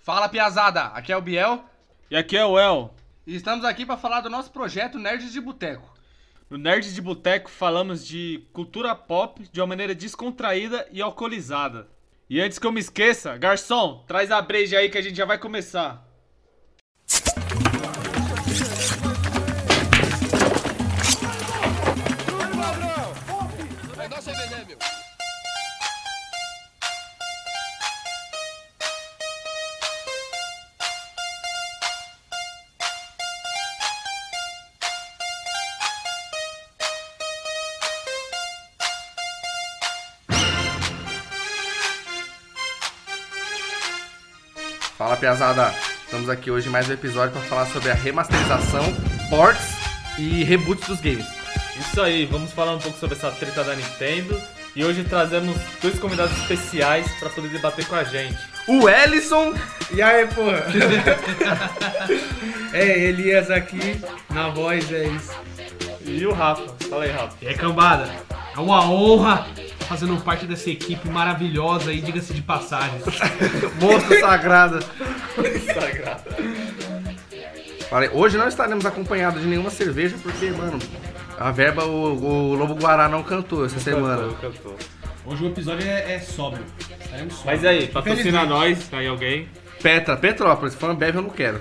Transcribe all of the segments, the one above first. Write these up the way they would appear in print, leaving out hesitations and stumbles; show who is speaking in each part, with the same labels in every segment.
Speaker 1: Fala, piazada! Aqui é o Biel.
Speaker 2: E aqui é o El.
Speaker 1: E estamos aqui para falar do nosso projeto Nerds de Boteco.
Speaker 2: No Nerds de Boteco falamos de cultura pop de uma maneira descontraída e alcoolizada. E antes que eu me esqueça, garçom, traz a breja aí que a gente já vai começar.
Speaker 1: Fala, piazada! Estamos aqui hoje em mais um episódio para falar sobre a remasterização, ports e reboots dos games.
Speaker 2: Isso aí, vamos falar um pouco sobre essa treta da Nintendo. E hoje trazemos dois convidados especiais para poder debater com a gente.
Speaker 1: O Ellison!
Speaker 3: E aí, porra? Elias aqui, na voz, é isso.
Speaker 2: E o Rafa. Fala aí, Rafa.
Speaker 4: E aí, cambada, é uma honra estar fazendo parte dessa equipe maravilhosa aí, diga-se de passagem.
Speaker 1: Monstro sagrado!
Speaker 2: Sagrado.
Speaker 1: Falei, hoje não estaremos acompanhados de nenhuma cerveja porque, mano, a verba o Lobo Guará não cantou essa semana.
Speaker 2: Cantou.
Speaker 4: Hoje o episódio é sóbrio. Estaremos sóbrios.
Speaker 2: Mas aí, patrocina nós, tá aí alguém?
Speaker 1: Petrópolis, se for Ambev eu não quero.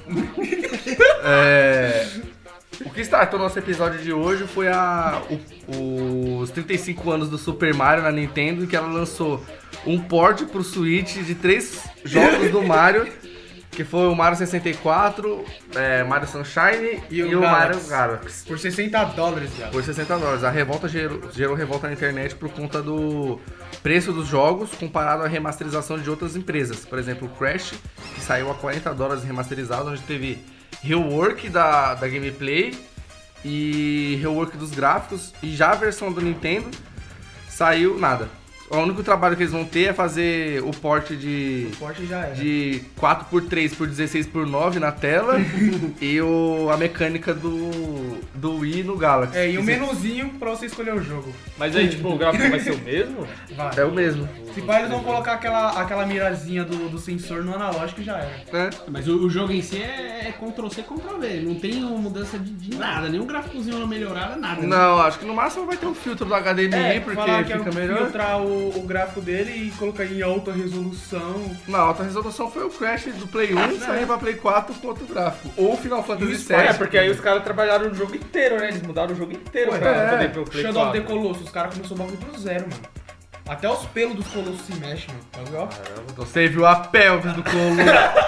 Speaker 1: O que startou nosso episódio de hoje foi os 35 anos do Super Mario na Nintendo, que ela lançou um port pro Switch de 3 jogos do Mario, que foi o Mario 64, Mario Sunshine e o Mario Galaxy.
Speaker 3: Por $60, já.
Speaker 1: Por $60. A revolta gerou revolta na internet por conta do preço dos jogos comparado à remasterização de outras empresas. Por exemplo, o Crash, que saiu a $40 remasterizado, onde teve rework da gameplay e rework dos gráficos. E já a versão do Nintendo saiu nada. O único trabalho que eles vão ter é fazer o port de 4x3 por 16x9 na tela e a mecânica do Wii no Galaxy.
Speaker 3: E o menuzinho pra você escolher o jogo.
Speaker 2: Mas aí, tipo, o gráfico vai ser o mesmo?
Speaker 3: Vai.
Speaker 1: É o mesmo.
Speaker 3: Se pá, eles vão colocar aquela mirazinha do sensor no analógico e já era.
Speaker 4: Mas o jogo em si é Ctrl-C, Ctrl-V. Não tem uma mudança de nada. Nenhum gráficozinho melhorado, nada.
Speaker 1: Não, acho que no máximo vai ter um filtro do HDMI, porque fica melhor.
Speaker 3: Filtrar o gráfico dele e colocar em alta resolução.
Speaker 1: Na alta resolução foi o Crash do Play 1 saindo pra Play 4 com outro gráfico. Ou Final Fantasy VII.
Speaker 2: Porque aí os caras trabalharam o jogo inteiro, né? Eles mudaram o jogo inteiro pra poder ir pro Play 4.
Speaker 3: Shadow of the Colossus, os caras começaram o bagulho do zero, mano. Até os pelos dos colossos se mexem, mano. Tá vendo?
Speaker 1: Então você viu a pelvis do Colosso.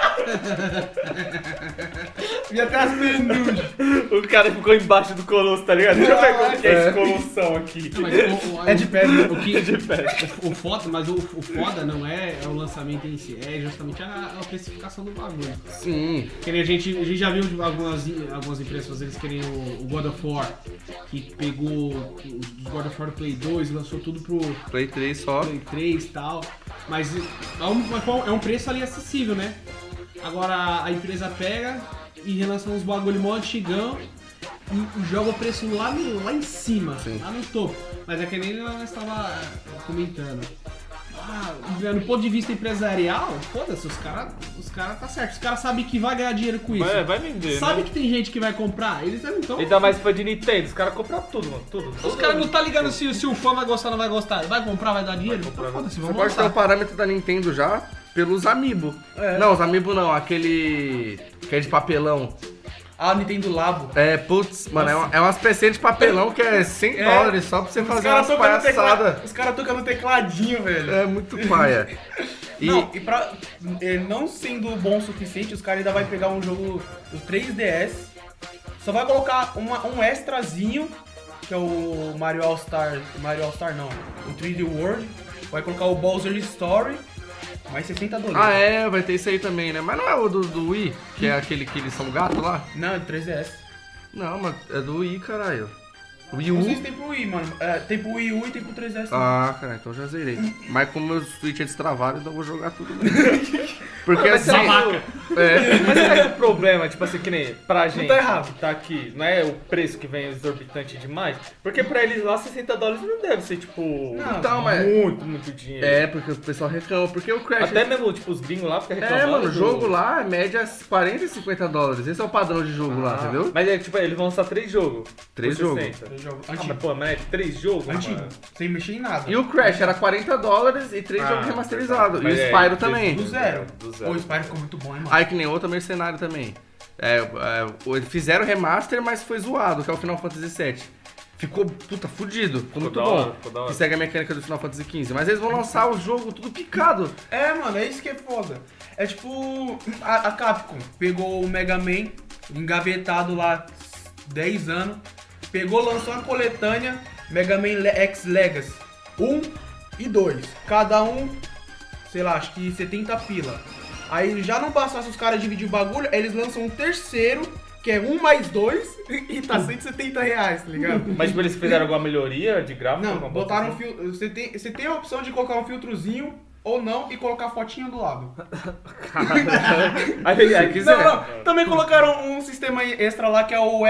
Speaker 3: E até as penugem.
Speaker 2: O cara ficou embaixo do colosso, tá ligado? Deixa eu ver como que é esse colossão aqui.
Speaker 4: É de pedra.
Speaker 2: O
Speaker 4: foda, mas o foda não é o lançamento em si, é justamente a precificação do bagulho.
Speaker 1: Sim.
Speaker 4: Que nem a gente já viu algumas empresas, eles querem o God of War, que pegou os God of War do Play 2 e lançou tudo pro
Speaker 1: Play 3 só.
Speaker 4: Play 3 e tal. Mas é um preço ali acessível, né? Agora a empresa pega e relança uns bagulho mó antigão e joga o preço lá em cima,
Speaker 1: sim,
Speaker 4: lá no topo. Mas é que nem nós estava comentando. No ponto de vista empresarial, foda-se, os caras tá certo. Os caras sabem que vai ganhar dinheiro com isso.
Speaker 2: Vai vender,
Speaker 4: sabe,
Speaker 2: né?
Speaker 4: Que tem gente que vai comprar, eles não estão.
Speaker 2: Ainda mais fã de Nintendo, os caras compram tudo, mano. Tudo.
Speaker 4: Os caras não tá ligando se o fã vai gostar ou não vai gostar. Vai comprar, vai dar dinheiro? Então foda-se,
Speaker 1: Você
Speaker 4: vamos
Speaker 1: pode ter o
Speaker 4: lançar.
Speaker 1: parâmetro da Nintendo já pelos Amiibo. Não, os Amiibo não, aquele que é de papelão.
Speaker 3: Ah, o Nintendo Labo.
Speaker 1: Putz, mano, é umas PC de papelão que é $100 só pra você fazer umas palhaçadas.
Speaker 3: Os caras tocando tecladinho, velho.
Speaker 1: É muito paia.
Speaker 3: E pra não sendo bom o suficiente, os caras ainda vai pegar um jogo do 3DS, só vai colocar um extrazinho, que é o Mario All-Star não, o 3D World, vai colocar o Bowser Story, mais $60.
Speaker 1: Vai ter isso aí também, né? Mas não é o do Wii, que é aquele que eles são gato lá?
Speaker 3: Não, é do 3DS.
Speaker 1: Não, mas é do Wii, caralho. Wii
Speaker 3: Não sei
Speaker 1: U?
Speaker 3: se tem pro Wii, mano. Tem pro Wii U e tem pro 3DS.
Speaker 1: Ah, cara, então já zerei. Mas como meu Switch é destravado, então eu vou jogar tudo. Porque assim...
Speaker 2: Mas é o problema, tipo assim, que nem pra gente
Speaker 3: tá errado.
Speaker 2: que tá aqui, não é o preço que vem exorbitante demais, porque pra eles lá $60 não deve ser, tipo,
Speaker 1: Então, mas-
Speaker 2: muito dinheiro.
Speaker 1: É, porque o pessoal reclama. Porque o Crash...
Speaker 2: Até mesmo, tipo, os gringos lá ficam reclamando.
Speaker 1: mano, o jogo lá, média $40 e $50. Esse é o padrão de jogo lá, entendeu?
Speaker 2: Mas é, tipo, eles vão lançar 3 jogos.
Speaker 1: 3
Speaker 2: por
Speaker 1: jogos.
Speaker 2: 60.
Speaker 3: Jogo
Speaker 2: Ah,
Speaker 3: antigo.
Speaker 2: mas pô, mas é 3 jogos,
Speaker 3: Antigo.
Speaker 2: mano.
Speaker 3: Sem mexer em nada.
Speaker 1: E o Crash era $40 e 3 jogos remasterizados. E o
Speaker 2: Mas é,
Speaker 1: Spyro também.
Speaker 3: Do zero.
Speaker 2: Do zero.
Speaker 3: Pô, o Spyro ficou muito bom, hein, mano.
Speaker 1: Aí que nem outro Mercenário também. Eles fizeram remaster, mas foi zoado, que é o Final Fantasy VII. Ficou, puta, fudido. Ficou muito
Speaker 2: da
Speaker 1: bom.
Speaker 2: hora, ficou da hora.
Speaker 1: Que segue a mecânica do Final Fantasy XV. Mas eles vão lançar o jogo tudo picado.
Speaker 3: É, mano, é isso que é foda. É tipo, a Capcom pegou o Mega Man, engavetado lá 10 anos, pegou, lançou uma coletânea, Mega Man X Legacy 1 e 2. Cada um, sei lá, acho que 70 pila. Aí já não bastasse os caras dividir o bagulho, eles lançam um terceiro, que é 1 mais 2, e tá R$170, tá ligado?
Speaker 2: Mas tipo, eles fizeram alguma melhoria de gráfico?
Speaker 3: Não,
Speaker 2: alguma
Speaker 3: botaram um
Speaker 2: coisa assim?
Speaker 3: filtro. Você tem a opção de colocar um filtrozinho ou não e colocar a fotinha do lado.
Speaker 2: Aí quiser.
Speaker 3: Não, também colocaram um sistema extra lá que é o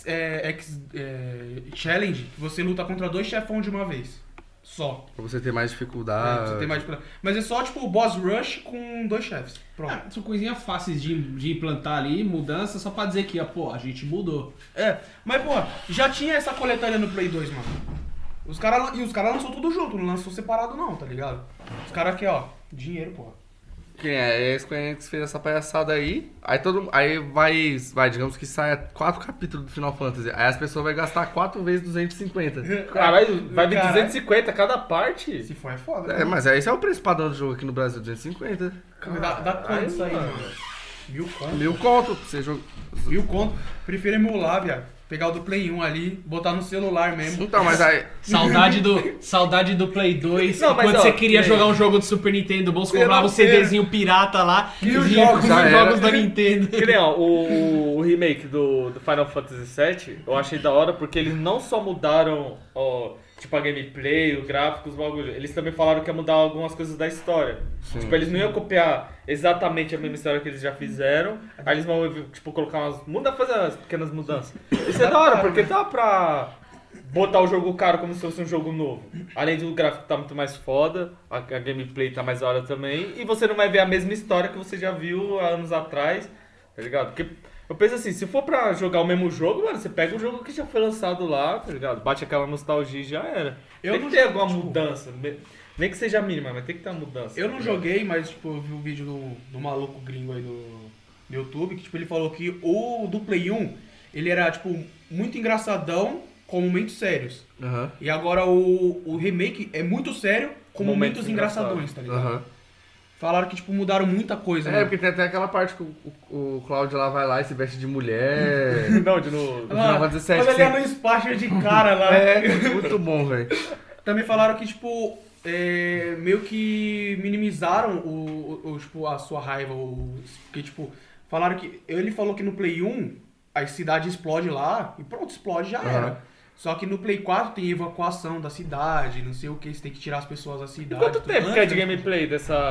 Speaker 3: Challenge, que você luta contra 2 chefões de uma vez. Só.
Speaker 1: Pra você ter mais dificuldade.
Speaker 3: Você tem mais... Mas é só tipo o boss rush com 2 chefes. Pronto.
Speaker 4: Ah, são coisinhas fáceis de implantar ali, mudança, só pra dizer que, ó, pô, a gente mudou.
Speaker 3: Mas pô, já tinha essa coletânea no Play 2, mano. Os caras lançou tudo junto, não lançou separado não, tá ligado? Os caras aqui, ó, dinheiro, porra.
Speaker 1: Quem é? A Square Enix fez essa palhaçada aí. Aí vai, digamos que saia 4 capítulos do Final Fantasy. Aí as pessoas vão gastar 4 vezes 250.
Speaker 2: Caralho, vai vir
Speaker 3: Caralho.
Speaker 2: 250 cada parte?
Speaker 3: Se for é foda.
Speaker 1: É, mas esse é o preço padrão do jogo aqui no Brasil, 250.
Speaker 3: Dá quanto isso aí,
Speaker 2: mano.
Speaker 3: mano? 1000 conto.
Speaker 1: 1000 conto pra você jogar.
Speaker 3: 1000 conto. Prefiro emular, viado. Pegar o do Play 1 ali, botar no celular mesmo.
Speaker 1: Então, mas aí.
Speaker 4: Saudade do Play 2.
Speaker 2: Não, mas,
Speaker 4: quando
Speaker 2: ó,
Speaker 4: você queria
Speaker 2: que-
Speaker 4: jogar um jogo do Super Nintendo bom, você comprava um
Speaker 3: Feira.
Speaker 4: CDzinho pirata lá
Speaker 3: E os
Speaker 4: vinha
Speaker 3: jogos,
Speaker 4: com
Speaker 1: já
Speaker 4: os
Speaker 1: era.
Speaker 4: jogos da Nintendo.
Speaker 2: Que nem, ó, o remake do Final Fantasy VII, eu achei da hora porque eles não só mudaram, ó, tipo, a gameplay, o gráfico, os bagulhos, eles também falaram que ia mudar algumas coisas da história.
Speaker 1: Sim.
Speaker 2: Tipo, eles não iam copiar exatamente a mesma história que eles já fizeram, aí eles vão, tipo, colocar fazer umas pequenas mudanças. Isso é da hora, porque dá pra botar o jogo caro como se fosse um jogo novo. Além do gráfico tá muito mais foda, a gameplay tá mais da hora também, e você não vai ver a mesma história que você já viu há anos atrás, tá ligado? Porque eu penso assim, se for pra jogar o mesmo jogo, mano, você pega o jogo que já foi lançado lá, tá ligado? Bate aquela nostalgia e já era.
Speaker 3: Eu
Speaker 2: Tem
Speaker 3: não
Speaker 2: que ter
Speaker 3: jogo,
Speaker 2: alguma
Speaker 3: tipo-
Speaker 2: mudança, nem que seja mínima, mas tem que ter uma mudança.
Speaker 3: Eu
Speaker 2: tá
Speaker 3: não
Speaker 2: ligado?
Speaker 3: joguei, mas tipo, eu vi um vídeo do maluco gringo aí do YouTube, que tipo, ele falou que o do Play 1, ele era tipo, muito engraçadão com momentos sérios.
Speaker 1: Aham.
Speaker 3: E agora o remake é muito sério com
Speaker 2: Momentos
Speaker 3: momentos engraçadões, tá ligado?
Speaker 1: Aham.
Speaker 3: Falaram que tipo, mudaram muita coisa,
Speaker 1: É,
Speaker 3: né?
Speaker 1: porque tem até aquela parte que o Cláudio lá vai lá e se veste de mulher.
Speaker 2: Não, de novo.
Speaker 1: No Final Fantasy VII,
Speaker 3: Quando ele é
Speaker 1: sim.
Speaker 3: no espaço de cara lá.
Speaker 1: É, muito bom, velho.
Speaker 3: Também falaram que, tipo, meio que minimizaram tipo, a sua raiva. Porque, tipo, falaram que... Ele falou que no Play 1, a cidade explode lá e pronto, explode, já
Speaker 1: Aham.
Speaker 3: era. Só que no Play 4 tem evacuação da cidade, não sei o que, você tem que tirar as pessoas da
Speaker 2: E
Speaker 3: cidade.
Speaker 2: quanto
Speaker 3: tudo.
Speaker 2: tempo que é de
Speaker 3: Antes,
Speaker 2: gameplay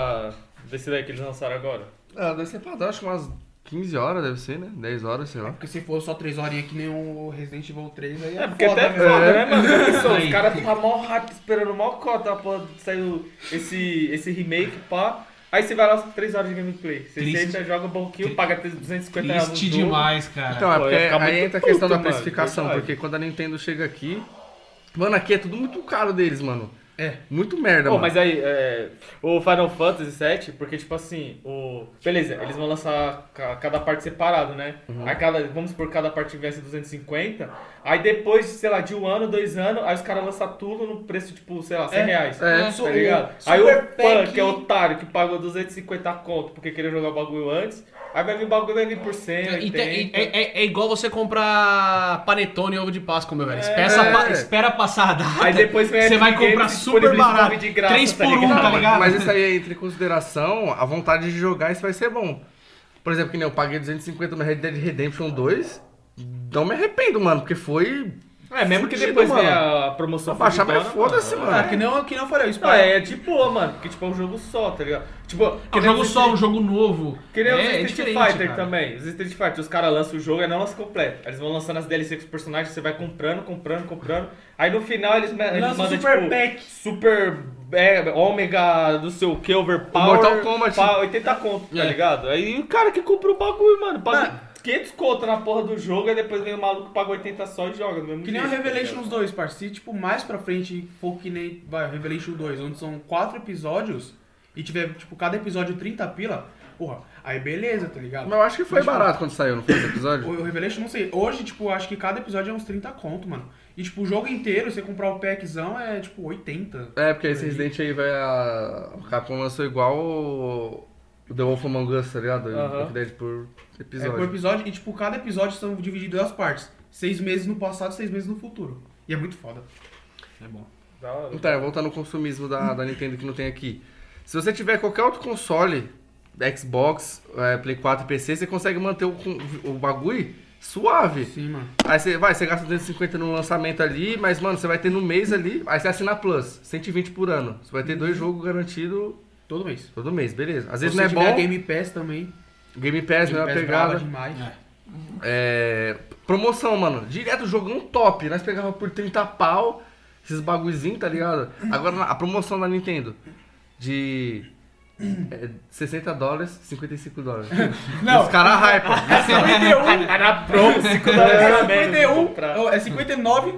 Speaker 2: desse daí que eles lançaram agora?
Speaker 1: Ah, deve ser padrão, acho que umas 15 horas deve ser, né? 10 horas, sei lá.
Speaker 3: Porque se for só 3 horinhas que nem o Resident Evil 3, aí
Speaker 2: É, porque
Speaker 3: foda,
Speaker 2: até é
Speaker 3: né?
Speaker 2: foda, né, mano? Pensou,
Speaker 4: Aí.
Speaker 2: os caras tão mó hype esperando mó cota pra sair esse remake, pá. Aí você vai lá 3 horas de gameplay. Você
Speaker 4: Triste.
Speaker 2: senta, joga um pouquinho, paga 250 reais no
Speaker 4: Triste
Speaker 2: jogo.
Speaker 4: demais, cara.
Speaker 1: Então, é
Speaker 2: Pô,
Speaker 1: porque
Speaker 2: ia ficar
Speaker 1: aí
Speaker 2: muito
Speaker 1: entra a questão
Speaker 2: puto,
Speaker 1: da
Speaker 2: mano,
Speaker 1: precificação,
Speaker 2: verdade.
Speaker 1: porque quando a Nintendo chega aqui... Mano, aqui é tudo muito caro deles, mano.
Speaker 3: É.
Speaker 1: Muito merda,
Speaker 2: Pô,
Speaker 1: mano.
Speaker 2: mas aí, o Final Fantasy VII, porque tipo assim, beleza, eles vão lançar cada parte separado, né? Aí vamos supor que cada parte tivesse 250, aí depois, sei lá, de 1 ano, 2 anos, aí os caras lançam tudo no preço, tipo, sei lá, 100 reais.
Speaker 1: É.
Speaker 2: Tá ligado?
Speaker 3: Super
Speaker 2: Aí o fã,
Speaker 3: Pack-
Speaker 2: que é otário, que pagou 250 conto porque queria jogar o bagulho antes, aí vai vir o bagulho, vai vir por 100,
Speaker 4: E
Speaker 2: 80.
Speaker 4: é igual você comprar panetone e ovo de Páscoa, meu velho.
Speaker 1: É.
Speaker 4: Espera passar a data.
Speaker 2: Aí depois vem a
Speaker 4: você vai
Speaker 2: Epic
Speaker 4: comprar
Speaker 2: Games e
Speaker 4: super
Speaker 2: disponibiliza
Speaker 4: barato.
Speaker 2: nome de graça,
Speaker 4: 3
Speaker 2: tá
Speaker 4: por 1,
Speaker 2: ligado?
Speaker 4: tá ligado?
Speaker 1: Mas isso aí entra em consideração a vontade de jogar, isso vai ser bom. Por exemplo, que nem eu paguei 250 no Red Dead Redemption 2, não me arrependo, mano, porque foi
Speaker 2: Mesmo que
Speaker 1: fudido,
Speaker 2: depois
Speaker 1: mano.
Speaker 2: venha a promoção
Speaker 1: Pra baixar, mas
Speaker 2: fudidona,
Speaker 1: foda-se,
Speaker 2: mano.
Speaker 1: mano.
Speaker 3: Que nem eu falei, o
Speaker 2: Não,
Speaker 3: Spy.
Speaker 2: é de boa, mano. Porque, tipo, é um jogo só, tá ligado? Tipo,
Speaker 4: É um jogo só, um jogo novo.
Speaker 2: Que nem os
Speaker 4: é
Speaker 2: Street
Speaker 4: diferente,
Speaker 2: Fighter
Speaker 4: cara.
Speaker 2: também. Os Street Fighter, os caras lançam o jogo e não lançam completo. Eles vão lançando as DLC com os personagens, você vai comprando. Aí no final eles
Speaker 3: Lança
Speaker 2: mandam,
Speaker 3: Super
Speaker 2: tipo,
Speaker 3: Pack.
Speaker 2: Super Ômega do seu que, Overpower.
Speaker 1: O Mortal Kombat.
Speaker 2: Pra 80 conto, tá
Speaker 4: É.
Speaker 2: ligado? Aí o cara que compra o bagulho, mano, paga 500 conto na porra do jogo, aí depois vem o maluco, paga 80 só e joga do mesmo
Speaker 3: Que nem
Speaker 2: jeito.
Speaker 3: o Revelations
Speaker 2: tá ligado?
Speaker 3: 2, parceiro. Se, tipo, mais pra frente for que nem vai, Revelation 2, onde são 4 episódios e tiver, tipo, cada episódio 30 pila, porra, aí beleza, tá ligado?
Speaker 1: Mas eu acho que foi
Speaker 3: Mas, tipo,
Speaker 1: barato quando saiu, não foi esse episódio?
Speaker 3: O Revelation, não sei. Hoje, tipo, acho que cada episódio é uns 30 conto, mano. E, tipo, o jogo inteiro, você comprar o packzão é, tipo, 80.
Speaker 1: É, porque esse Resident aí vai o Capcom lançou igual o The Wolf Among Us, tá ligado?
Speaker 2: Aham.
Speaker 1: Dead por
Speaker 3: É
Speaker 1: episódio.
Speaker 3: por episódio. E, tipo, cada episódio são divididos em duas partes. 6 meses no passado, 6 meses no futuro. E é muito foda.
Speaker 4: É bom.
Speaker 2: Da hora.
Speaker 1: Então, voltando ao consumismo da Nintendo que não tem aqui. Se você tiver qualquer outro console, Xbox, Play 4 e PC, você consegue manter o bagulho suave.
Speaker 3: Sim, mano.
Speaker 1: Aí você gasta 250 no lançamento ali, mas, mano, você vai ter no mês ali, aí você assina a Plus, 120 por ano. Você vai ter 2 jogos garantidos
Speaker 3: Todo mês.
Speaker 1: todo mês, beleza. Às
Speaker 3: Se
Speaker 1: vezes
Speaker 3: você
Speaker 1: não é
Speaker 3: tiver
Speaker 1: bom,
Speaker 3: Game Pass também.
Speaker 1: Game Pass,
Speaker 3: Game
Speaker 1: não é
Speaker 3: Pass
Speaker 1: pegada.
Speaker 3: brava demais.
Speaker 1: Promoção, mano. Direto jogão top. Nós pegava por 30 pau, esses bagulhozinhos, tá ligado? Agora a promoção da Nintendo de $60, $55.
Speaker 3: Não.
Speaker 1: Os caras hypam.
Speaker 3: 51.
Speaker 2: Tá na promo, 5 dólares a menos. vou comprar.
Speaker 3: É 59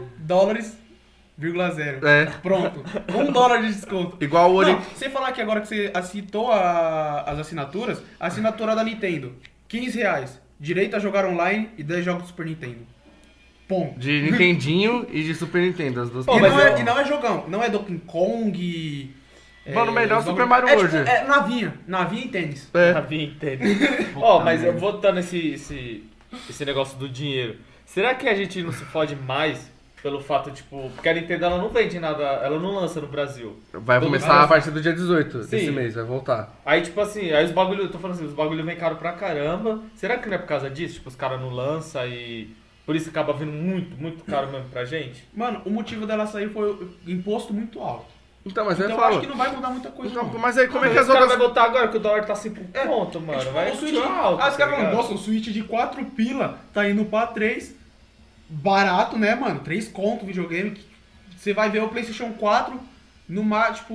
Speaker 3: $,0.
Speaker 1: É.
Speaker 3: Pronto. $1 de desconto.
Speaker 1: Igual o Ori.
Speaker 3: Não, sem falar que agora que você citou as assinaturas, a assinatura da Nintendo, R$15. Direito a jogar online e 10 jogos do Super Nintendo. Ponto.
Speaker 1: De Nintendinho e de Super Nintendo, as duas
Speaker 2: Pô,
Speaker 3: E
Speaker 2: mas
Speaker 3: não, e não é jogão, não é Donkey Kong.
Speaker 1: Mano, melhor
Speaker 3: os
Speaker 1: Super
Speaker 3: bagulho-
Speaker 1: Mario
Speaker 3: Tipo,
Speaker 1: World.
Speaker 3: navinha e tênis.
Speaker 1: É.
Speaker 2: A vinha inteira. Ó, mas eu voltando esse negócio do dinheiro. Será que a gente não se fode mais pelo fato, tipo... Porque a Nintendo, ela não vende nada, ela não lança no Brasil.
Speaker 1: Vai
Speaker 2: Todo
Speaker 1: começar
Speaker 2: mundo-
Speaker 1: a partir do dia 18 desse
Speaker 2: Sim.
Speaker 1: mês, vai voltar.
Speaker 2: Aí, tipo assim, aí os bagulho, eu tô falando assim, os bagulho vem caro pra caramba. Será que não é por causa disso? Tipo, os caras não lançam e... Por isso acaba vindo muito caro mesmo pra gente?
Speaker 3: Mano, o motivo dela sair foi o imposto muito alto.
Speaker 1: Então, mas
Speaker 3: Então
Speaker 1: eu
Speaker 3: eu acho
Speaker 1: falo.
Speaker 3: que não vai mudar muita coisa.
Speaker 1: Então,
Speaker 3: não.
Speaker 1: mas aí como é
Speaker 2: Mas
Speaker 1: que as
Speaker 2: os caras
Speaker 1: outras.
Speaker 2: vão voltar agora que o dólar tá 5 ponto, mano.
Speaker 3: Tipo,
Speaker 2: Vai
Speaker 3: o Switch,
Speaker 2: continuar alto,
Speaker 3: os caras
Speaker 2: tá
Speaker 3: falam,
Speaker 2: ligado?
Speaker 3: nossa, o Switch de 4 pila tá indo pra 3. Barato, né, mano? 3 conto o videogame. Você vai ver o PlayStation 4 no máximo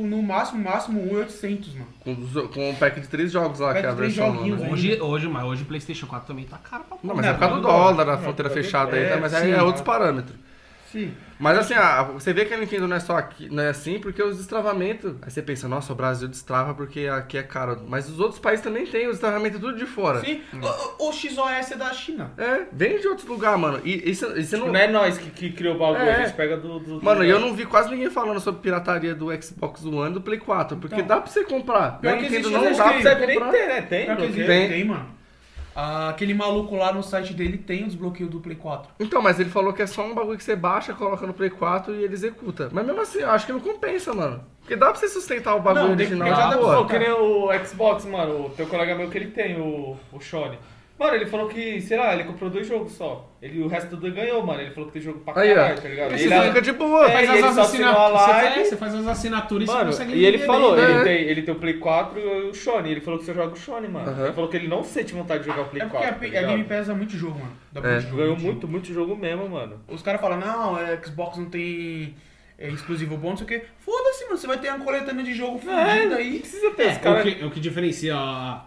Speaker 3: 1.800, mano.
Speaker 1: Com um pack de 3 jogos lá,
Speaker 3: Pack
Speaker 1: que é a
Speaker 3: de 3
Speaker 1: versão.
Speaker 3: joguinhos,
Speaker 1: Né?
Speaker 4: Mas hoje o PlayStation 4 também tá caro pra
Speaker 1: Não, mas
Speaker 3: Não,
Speaker 1: é por causa
Speaker 3: por
Speaker 1: do
Speaker 3: causa do
Speaker 1: dólar,
Speaker 3: dólar.
Speaker 1: da fronteira
Speaker 2: pode-
Speaker 1: fechada aí,
Speaker 3: é,
Speaker 1: tá? Mas aí
Speaker 3: sim,
Speaker 1: é outros
Speaker 3: tá.
Speaker 1: parâmetros.
Speaker 3: Sim.
Speaker 1: Mas assim, você vê que a Nintendo não é só aqui, não é assim, porque os destravamentos. Aí você pensa, nossa, o Brasil destrava porque aqui é caro. Mas os outros países também tem, os destravamentos tudo de fora.
Speaker 3: Sim. O XOS é da China.
Speaker 1: É, vem de outros lugares, mano. E você
Speaker 2: Tipo,
Speaker 1: não.
Speaker 2: não é nós que criou o bagulho,
Speaker 1: É.
Speaker 2: a gente pega do
Speaker 1: Mano, e eu não vi quase ninguém falando sobre pirataria do Xbox One e do Play 4, porque
Speaker 3: Então,
Speaker 1: dá pra você comprar.
Speaker 3: pior
Speaker 1: Na
Speaker 3: que
Speaker 1: Nintendo
Speaker 3: existe,
Speaker 1: não
Speaker 3: existe,
Speaker 1: dá pra
Speaker 3: tem.
Speaker 1: você
Speaker 2: Deve nem
Speaker 1: comprar.
Speaker 2: ter, né? Tem,
Speaker 3: Pior que
Speaker 2: bloqueio.
Speaker 3: existe,
Speaker 1: Tem.
Speaker 3: tem, mano. Aquele maluco lá no site dele tem o desbloqueio do Play 4.
Speaker 1: Então, mas ele falou que é só um bagulho que você baixa, coloca no Play 4 e ele executa. Mas mesmo assim, eu acho que não compensa, mano. Porque dá pra você sustentar o bagulho
Speaker 3: Não,
Speaker 1: original
Speaker 3: já
Speaker 1: na
Speaker 3: dá pra
Speaker 1: boa.
Speaker 2: Pô, que nem o Xbox, mano, o teu colega meu que ele tem, o Shone. Mano, ele falou que, sei lá, ele comprou 2 jogos só. O resto tudo ele ganhou, mano. Ele falou que tem jogo pra
Speaker 1: Aí, ó.
Speaker 2: caralho, tá ligado?
Speaker 1: Você
Speaker 2: Ele-
Speaker 1: fica de boa.
Speaker 2: É, e ele só assinou a live.
Speaker 4: Você faz as assinaturas e
Speaker 2: Mano,
Speaker 4: você consegue
Speaker 2: e ele
Speaker 4: vender
Speaker 2: falou,
Speaker 4: bem,
Speaker 1: né?
Speaker 2: ele tem o Play 4 e o Shone. Ele falou que você joga o Shone, mano.
Speaker 1: Aham.
Speaker 2: Ele falou que ele não sente vontade de jogar o Play
Speaker 3: É porque
Speaker 2: 4. tá
Speaker 3: a
Speaker 2: ligado?
Speaker 3: Game Pass é muito jogo, mano. Dá
Speaker 1: É.
Speaker 3: muito jogo,
Speaker 2: Ganhou
Speaker 3: muito jogo.
Speaker 2: muito jogo mesmo, mano.
Speaker 3: Os caras falam, não, Xbox não tem exclusivo bom, não sei o quê. Foda-se, mano. Você vai ter uma coletânea de jogo fodida
Speaker 2: Não
Speaker 3: aí.
Speaker 2: precisa ter. Os
Speaker 4: É,
Speaker 2: caras.
Speaker 4: o que diferencia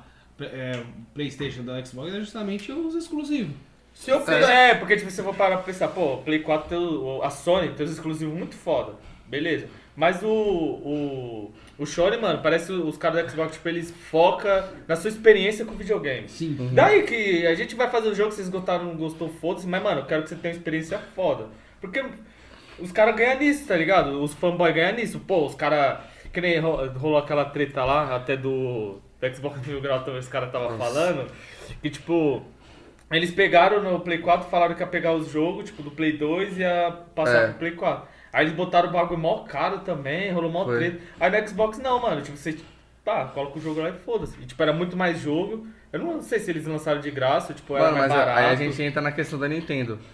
Speaker 4: o PlayStation da Xbox é justamente os exclusivos.
Speaker 3: Se eu fizer...
Speaker 2: É, porque tipo, se eu for parar pra pensar, pô, o Play 4 tem a Sony tem os exclusivos muito foda. Beleza. Mas o Shone, mano, parece os caras da Xbox, tipo, eles focam na sua experiência com videogame.
Speaker 4: Sim.
Speaker 2: Daí que a gente vai fazer o jogo, vocês gostaram ou não gostou, foda-se, mas, mano, eu quero que você tenha uma experiência foda. Porque os caras ganham nisso, tá ligado? Os fanboys ganham nisso. Pô, os caras... Que nem rolou aquela treta lá, até do Xbox Mil Grau também os caras tava falando, que, tipo... Eles pegaram no Play 4, falaram que ia pegar os jogos, tipo, do Play 2 e ia passar
Speaker 1: É.
Speaker 2: pro Play 4. Aí eles botaram o bagulho mó caro também, rolou mó
Speaker 1: Foi.
Speaker 2: treta. Aí no Xbox não, mano, tipo, você... Tá, coloca o jogo lá e foda-se. E, tipo, era muito mais jogo. Eu não sei se eles lançaram de graça, tipo, era
Speaker 1: Mano,
Speaker 2: mais
Speaker 1: mas
Speaker 2: barato.
Speaker 1: aí a gente entra na questão da Nintendo.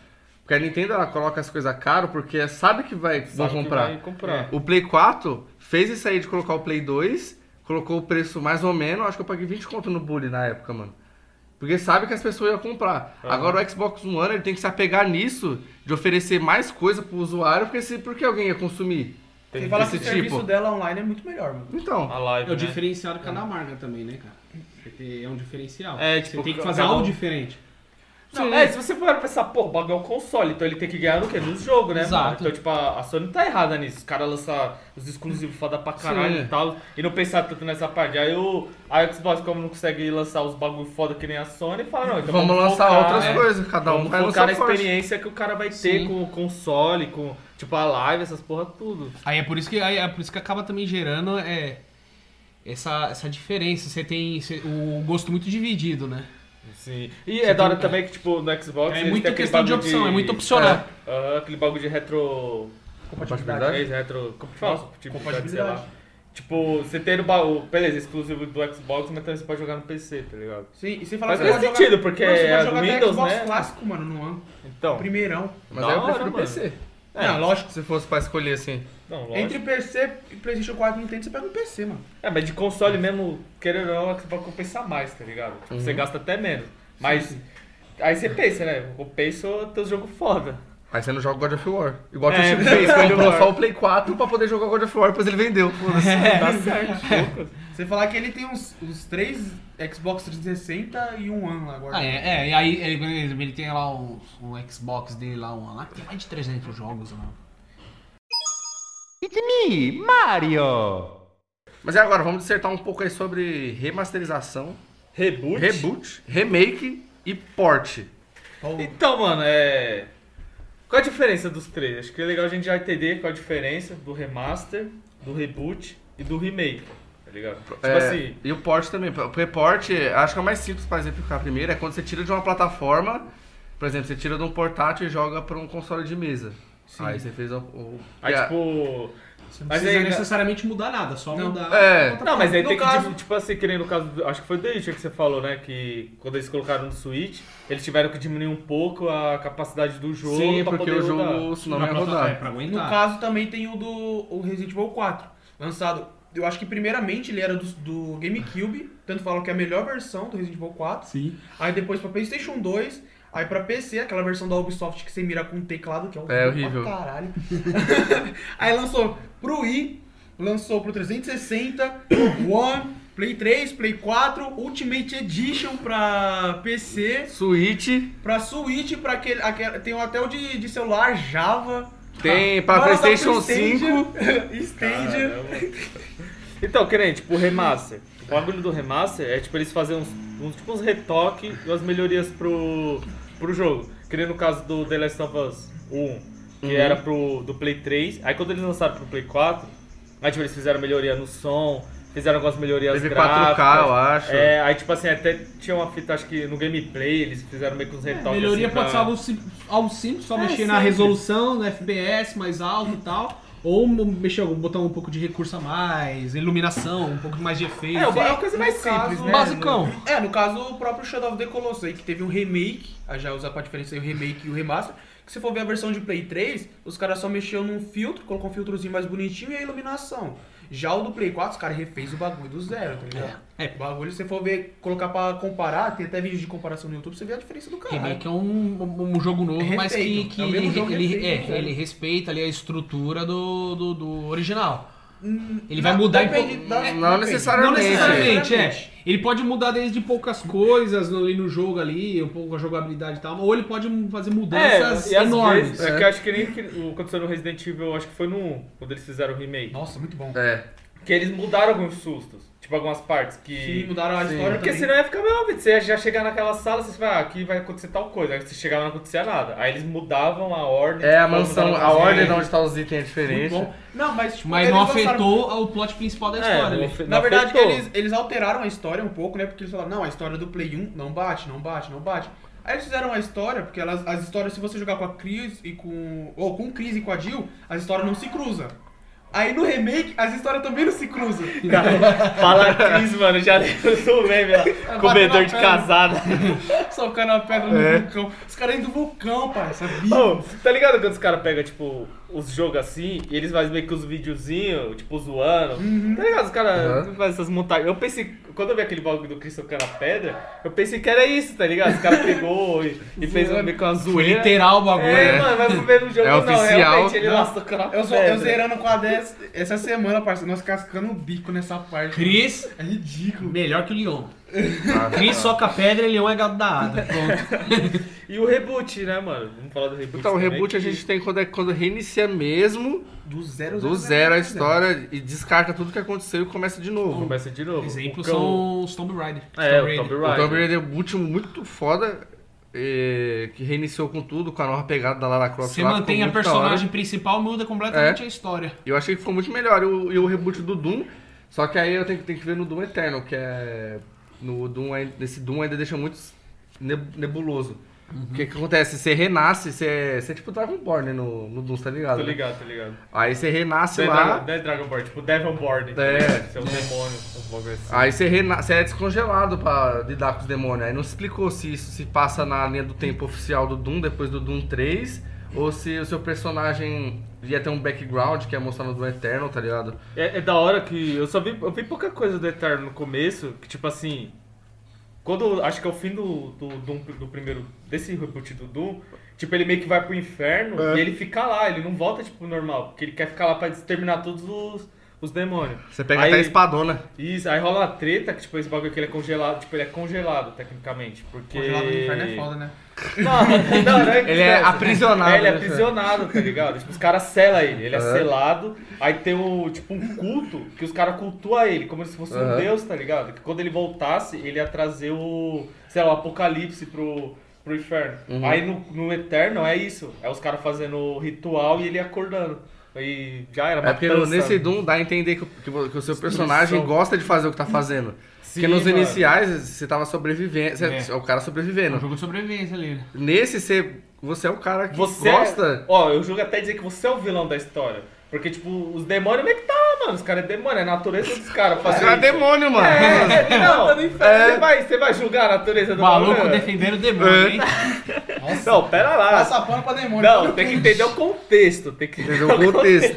Speaker 1: Porque a Nintendo ela coloca as coisas caro porque sabe que vão comprar.
Speaker 2: Vai comprar.
Speaker 1: O Play 4 fez isso aí de colocar o Play 2, colocou o preço mais ou menos, acho que eu paguei 20 conto no Bully na época, mano. Porque sabe que as pessoas iam comprar. Agora o Xbox One ele tem que se apegar nisso, de oferecer mais coisa pro usuário, porque alguém ia consumir.
Speaker 3: Você fala que o
Speaker 1: desse
Speaker 3: serviço
Speaker 1: tipo.
Speaker 3: dela online é muito melhor, mano.
Speaker 1: Então,
Speaker 2: A live,
Speaker 4: É o
Speaker 2: né?
Speaker 4: diferencial de cada marca também, né, cara? Porque é um diferencial.
Speaker 2: É, tipo,
Speaker 4: você tem que fazer
Speaker 2: cada um-
Speaker 4: algo diferente.
Speaker 2: Não, se você for pensar, pô, o bagulho é um console, então ele tem que ganhar no quê? Nos jogos, né?
Speaker 4: Exato.
Speaker 2: Mano? Então, tipo, a Sony tá errada nisso. Os caras lançam os exclusivos foda pra caralho
Speaker 1: Sim.
Speaker 2: e tal, e não pensar tanto nessa parte. Aí a Xbox, como não consegue lançar os bagulho foda que nem a Sony, fala, não, então
Speaker 1: vamos lançar
Speaker 2: focar,
Speaker 1: outras
Speaker 2: né?
Speaker 1: coisas, cada um
Speaker 2: Vamos
Speaker 1: vai
Speaker 2: focar
Speaker 1: lançar
Speaker 2: na
Speaker 1: forte.
Speaker 2: experiência que o cara vai ter
Speaker 4: Sim.
Speaker 2: com o console, com, tipo, a live, essas porra tudo.
Speaker 4: Aí é por isso que acaba também gerando essa diferença. Você tem o gosto muito dividido, né?
Speaker 2: Sim. E é da hora também que, tipo, no Xbox...
Speaker 4: É
Speaker 2: eles
Speaker 4: muito
Speaker 2: têm aquele
Speaker 4: questão de
Speaker 2: bagulho
Speaker 4: opção, é muito opcional.
Speaker 2: aquele bagulho de retro...
Speaker 1: compatibilidade.
Speaker 2: Como que fala?
Speaker 3: Compatibilidade.
Speaker 2: Sei lá. Tipo, você tem o baú, beleza, exclusivo do Xbox, mas também você pode jogar no PC, tá ligado?
Speaker 3: Sim, e sem falar
Speaker 2: Mas
Speaker 3: que você
Speaker 2: faz
Speaker 3: pode
Speaker 2: sentido,
Speaker 3: jogar...
Speaker 2: porque
Speaker 3: Não, você
Speaker 2: é
Speaker 3: pode
Speaker 2: do
Speaker 3: jogar até
Speaker 2: Windows,
Speaker 3: Xbox
Speaker 2: né?
Speaker 3: clássico, mano, no One.
Speaker 2: Então,
Speaker 3: Primeirão.
Speaker 1: Mas
Speaker 2: Da
Speaker 1: aí eu
Speaker 2: hora,
Speaker 1: prefiro
Speaker 2: mano.
Speaker 1: PC.
Speaker 3: Não, lógico.
Speaker 1: Se fosse pra escolher assim.
Speaker 2: não, lógico.
Speaker 3: Entre PC e PlayStation 4 e Nintendo, você pega um PC, mano.
Speaker 2: É, mas de console mesmo, querendo ou não, você pode compensar mais, tá ligado? Tipo, você gasta até menos. Mas, aí você pensa, né? Eu compenso ter jogo foda.
Speaker 1: Aí você não joga God of War. Igual que o
Speaker 2: É,
Speaker 1: Chico fez,
Speaker 2: God of
Speaker 1: comprou
Speaker 2: War.
Speaker 1: só o Play 4 pra poder jogar God of War, depois ele vendeu. Foda-se.
Speaker 2: Tá certo.
Speaker 3: Você falar que ele tem uns 3 Xbox 360 e um One lá agora.
Speaker 4: E aí ele tem lá um Xbox dele lá, lá que tem mais de 300 jogos, né?
Speaker 5: It's me, Mario!
Speaker 1: Mas e agora, vamos dissertar um pouco aí sobre remasterização,
Speaker 2: Reboot?
Speaker 1: remake e port.
Speaker 2: Então, mano, qual a diferença dos três? Acho que é legal a gente já entender qual a diferença do remaster, do reboot e do remake, tá ligado? Tipo assim...
Speaker 1: E o port também. Porque port, acho que é o mais simples pra exemplificar primeiro, é quando você tira de uma plataforma, por exemplo, você tira de um portátil e joga pra um console de mesa.
Speaker 3: Sim.
Speaker 1: Aí você fez o...
Speaker 2: Aí,
Speaker 1: e a-
Speaker 2: tipo...
Speaker 4: Você não
Speaker 2: Mas
Speaker 4: precisa
Speaker 2: aí-
Speaker 4: necessariamente mudar nada, só
Speaker 3: Não.
Speaker 4: mudar.
Speaker 2: Não, mas aí
Speaker 3: No
Speaker 2: tem que,
Speaker 3: caso-
Speaker 2: tipo assim, que nem no caso, acho que foi do The Witcher que você falou, né, que quando eles colocaram no Switch, eles tiveram que diminuir um pouco a capacidade do jogo
Speaker 1: Sim,
Speaker 2: pra
Speaker 1: porque
Speaker 2: poder
Speaker 1: o jogo
Speaker 2: rodar.
Speaker 1: senão não ia rodar.
Speaker 4: pra
Speaker 3: No
Speaker 4: aguentar.
Speaker 3: caso também tem o Resident Evil 4, lançado. Eu acho que primeiramente ele era do GameCube, tanto falam que é a melhor versão do Resident Evil 4.
Speaker 4: Sim.
Speaker 3: Aí depois pra PlayStation 2, aí pra PC, aquela versão da Ubisoft que você mira com um teclado, que é horrível.
Speaker 1: horrível.
Speaker 3: Pra caralho. Aí lançou pro Wii, lançou pro 360, One, Play 3, Play 4, Ultimate Edition pra PC,
Speaker 1: Switch,
Speaker 3: pra Switch, pra tem até o de celular Java.
Speaker 1: tem pra
Speaker 3: Bora dar pro
Speaker 1: PlayStation 5.
Speaker 3: Stadia.
Speaker 2: Então, que nem, tipo, o remaster. O bagulho do remaster é, tipo, eles fazem uns retoques e umas melhorias pro jogo. Que nem no caso do The Last of Us 1, que era do Play 3. Aí quando eles lançaram pro Play 4, aí, tipo, eles fizeram melhoria no som, fizeram algumas melhorias
Speaker 1: Teve
Speaker 2: gráficas.
Speaker 1: 4K, eu acho.
Speaker 2: Aí, tipo assim, até tinha uma fita, acho que no gameplay, eles fizeram meio que uns retoques.
Speaker 4: Melhoria
Speaker 2: assim,
Speaker 4: pode ser
Speaker 2: pra-
Speaker 4: algo simples, só mexer na
Speaker 2: simples.
Speaker 4: resolução, no FPS mais alto e tal. Ou mexer, botar um pouco de recurso a mais, iluminação, um pouco mais de efeito.
Speaker 2: É uma coisa mais
Speaker 3: No
Speaker 2: simples,
Speaker 3: caso-
Speaker 2: né?
Speaker 4: Basicão.
Speaker 3: No caso, o próprio Shadow of the Colossus aí, que teve um remake, aí já usar pra diferença aí o remake e o remaster, que se for ver a versão de Play 3, os caras só mexeram num filtro, colocou um filtrozinho mais bonitinho e a iluminação. Já o do Play 4, os caras refez o bagulho do zero, tá ligado? O bagulho, se você for ver, colocar pra comparar, tem até vídeos de comparação no YouTube, você vê a diferença do caralho.
Speaker 4: Remake é um jogo novo,
Speaker 3: É
Speaker 4: mas
Speaker 3: refeito.
Speaker 4: que
Speaker 3: É o mesmo jogo refeito, né?
Speaker 4: ele respeita ali a estrutura do original. Ele vai
Speaker 3: Não,
Speaker 4: mudar
Speaker 3: depende
Speaker 4: em
Speaker 3: da-
Speaker 1: Não
Speaker 3: depende.
Speaker 4: Não
Speaker 1: necessariamente.
Speaker 4: necessariamente, Ele pode mudar desde poucas coisas ali no jogo ali, um pouco a jogabilidade e tal, ou ele pode fazer mudanças
Speaker 2: e às
Speaker 4: enormes.
Speaker 2: vezes, é que eu acho que nem que aconteceu no Resident Evil, eu acho que foi no 1, quando eles fizeram o remake.
Speaker 3: Nossa, muito bom.
Speaker 2: Que eles mudaram alguns sustos. Tipo, algumas partes que...
Speaker 3: Sim, mudaram a história
Speaker 2: Porque
Speaker 3: também.
Speaker 2: senão ia ficar meio vídeo. Você já chegar naquela sala, você fala, aqui vai acontecer tal coisa. Aí você chegava e não acontecia nada. Aí eles mudavam a ordem.
Speaker 1: É, a
Speaker 2: tipo,
Speaker 1: mansão,
Speaker 2: mudaram
Speaker 1: a
Speaker 2: as
Speaker 1: ordem de
Speaker 2: regras.
Speaker 1: onde tá os itens é diferente.
Speaker 3: Muito bom. Não, mas tipo,
Speaker 4: Mas
Speaker 3: eles
Speaker 4: não
Speaker 3: lançaram-
Speaker 4: afetou o plot principal da história.
Speaker 2: não
Speaker 4: ali.
Speaker 2: afe-
Speaker 3: Na
Speaker 2: não
Speaker 3: verdade,
Speaker 2: afetou.
Speaker 3: eles alteraram a história um pouco, né? Porque eles falaram, não, a história do Play 1 não bate. Aí eles fizeram uma história, porque as histórias, se você jogar com a Chris e com... Ou com o Chris e com a Jill, as histórias não se cruzam. Aí no remake, as histórias também não se cruzam.
Speaker 2: Cara, fala Cris, mano, já lembro do meme lá. Comedor de casada.
Speaker 3: Socando a pedra no vulcão. Os caras indo do vulcão, pai, sabia?
Speaker 2: Ô, tá ligado quando os caras pegam, tipo, os jogos assim, e eles fazem meio que os videozinhos, tipo, zoando. Tá ligado? Os caras fazem essas montagens. Eu pensei, quando eu vi aquele bagulho do Chris tocando a pedra, eu pensei que era isso, tá ligado? Os caras pegou e fez meio que uma
Speaker 4: Foi
Speaker 2: zoeira.
Speaker 4: literal o bagulho.
Speaker 2: É, mano, mas ver no jogo
Speaker 1: É
Speaker 2: não,
Speaker 1: oficial.
Speaker 2: realmente ele lá tocando a
Speaker 3: Eu
Speaker 2: pedra.
Speaker 3: zerando com a 10 essa semana, parceiro. Nós cascando o bico nessa parte.
Speaker 4: Chris,
Speaker 3: É ridículo.
Speaker 4: melhor que o Leon. Chris soca pedra e Leon é gado da Ada. Pronto.
Speaker 2: E o reboot, né, mano? Vamos falar do reboot.
Speaker 1: Então, o
Speaker 2: também,
Speaker 1: reboot a
Speaker 2: que-
Speaker 1: gente tem quando reinicia mesmo,
Speaker 3: Do zero,
Speaker 1: do zero a história, e descarta tudo que aconteceu e começa de novo.
Speaker 2: Começa de novo.
Speaker 4: Exemplos
Speaker 2: O cão-
Speaker 4: são os Tomb Raider.
Speaker 2: É, o
Speaker 4: Tomb
Speaker 2: Tomb
Speaker 4: Raider.
Speaker 1: O
Speaker 2: Raider.
Speaker 1: Tomb Raider é o último muito foda, que reiniciou com tudo, com a nova pegada da Lara Croft.
Speaker 4: Você
Speaker 1: lá,
Speaker 4: mantém
Speaker 1: ficou
Speaker 4: a
Speaker 1: muito da hora.
Speaker 4: personagem principal, muda completamente a história.
Speaker 1: E eu achei que ficou muito melhor. E o reboot do Doom, só que aí eu tenho que ver no Doom Eternal, que é... No Doom, nesse Doom ainda deixa muito nebuloso. O que acontece? Você renasce, você é tipo Dragonborn no Doom, tá ligado?
Speaker 2: Tô
Speaker 1: né?
Speaker 2: ligado, tô ligado.
Speaker 1: Aí você renasce
Speaker 2: Não
Speaker 1: lá,
Speaker 2: é Dragonborn, tipo Devilborn.
Speaker 1: É.
Speaker 2: Seu demônio, um pouco assim.
Speaker 1: aí você é descongelado pra lidar com os demônios. Aí não se explicou se isso se passa na linha do tempo oficial do Doom, depois do Doom 3, ou se o seu personagem ia ter um background que ia mostrar no Doom Eternal, tá ligado?
Speaker 2: É da hora que eu vi pouca coisa do Eterno no começo, que tipo assim, quando acho que é o fim do Doom, do primeiro, desse reboot do Doom, tipo ele meio que vai pro inferno e ele fica lá, ele não volta tipo normal, porque ele quer ficar lá pra exterminar todos os demônios.
Speaker 1: Você pega
Speaker 2: Aí-
Speaker 1: até a espadona.
Speaker 2: Isso, aí rola uma treta que tipo esse bagulho que ele é congelado, tipo ele é congelado tecnicamente, porque...
Speaker 3: Congelado no inferno é foda, né?
Speaker 2: Não é
Speaker 1: Ele é
Speaker 2: isso.
Speaker 1: aprisionado,
Speaker 2: É, ele é
Speaker 1: né?
Speaker 2: aprisionado, tá ligado? Tipo, os caras selam ele é
Speaker 1: Aham.
Speaker 2: selado, aí tem tipo um culto que os caras cultuam ele, como se fosse um
Speaker 1: Aham.
Speaker 2: deus, tá ligado? Que quando ele voltasse, ele ia trazer o apocalipse pro inferno.
Speaker 1: Uhum.
Speaker 2: Aí no Eterno é isso, é os caras fazendo o ritual e ele acordando. Aí já era,
Speaker 1: É porque
Speaker 2: matança.
Speaker 1: nesse Doom dá a entender que o seu personagem
Speaker 2: Destruição.
Speaker 1: gosta de fazer o que tá fazendo.
Speaker 2: Sim,
Speaker 1: Porque nos
Speaker 2: mano.
Speaker 1: iniciais você tava sobrevivendo, é o cara
Speaker 4: É um
Speaker 1: sobrevivendo.
Speaker 4: jogo de sobrevivência ali. né?
Speaker 1: Nesse você é o cara que
Speaker 2: Você
Speaker 1: gosta.
Speaker 2: Ó, eu julgo até dizer que você é o vilão da história. Porque, tipo, os demônios meio que tá lá, mano. Os caras é demônio, é a natureza dos caras.
Speaker 1: Você
Speaker 2: fazer
Speaker 1: é
Speaker 2: isso.
Speaker 1: demônio, mano.
Speaker 2: Não, você vai julgar a natureza do
Speaker 4: Maluco
Speaker 2: bagulho?
Speaker 4: defendendo o demônio, hein?
Speaker 2: Não, pera lá.
Speaker 3: Passa pano pra demônio.
Speaker 2: Não, tem que entender o contexto. Tem que
Speaker 1: Entendeu o contexto.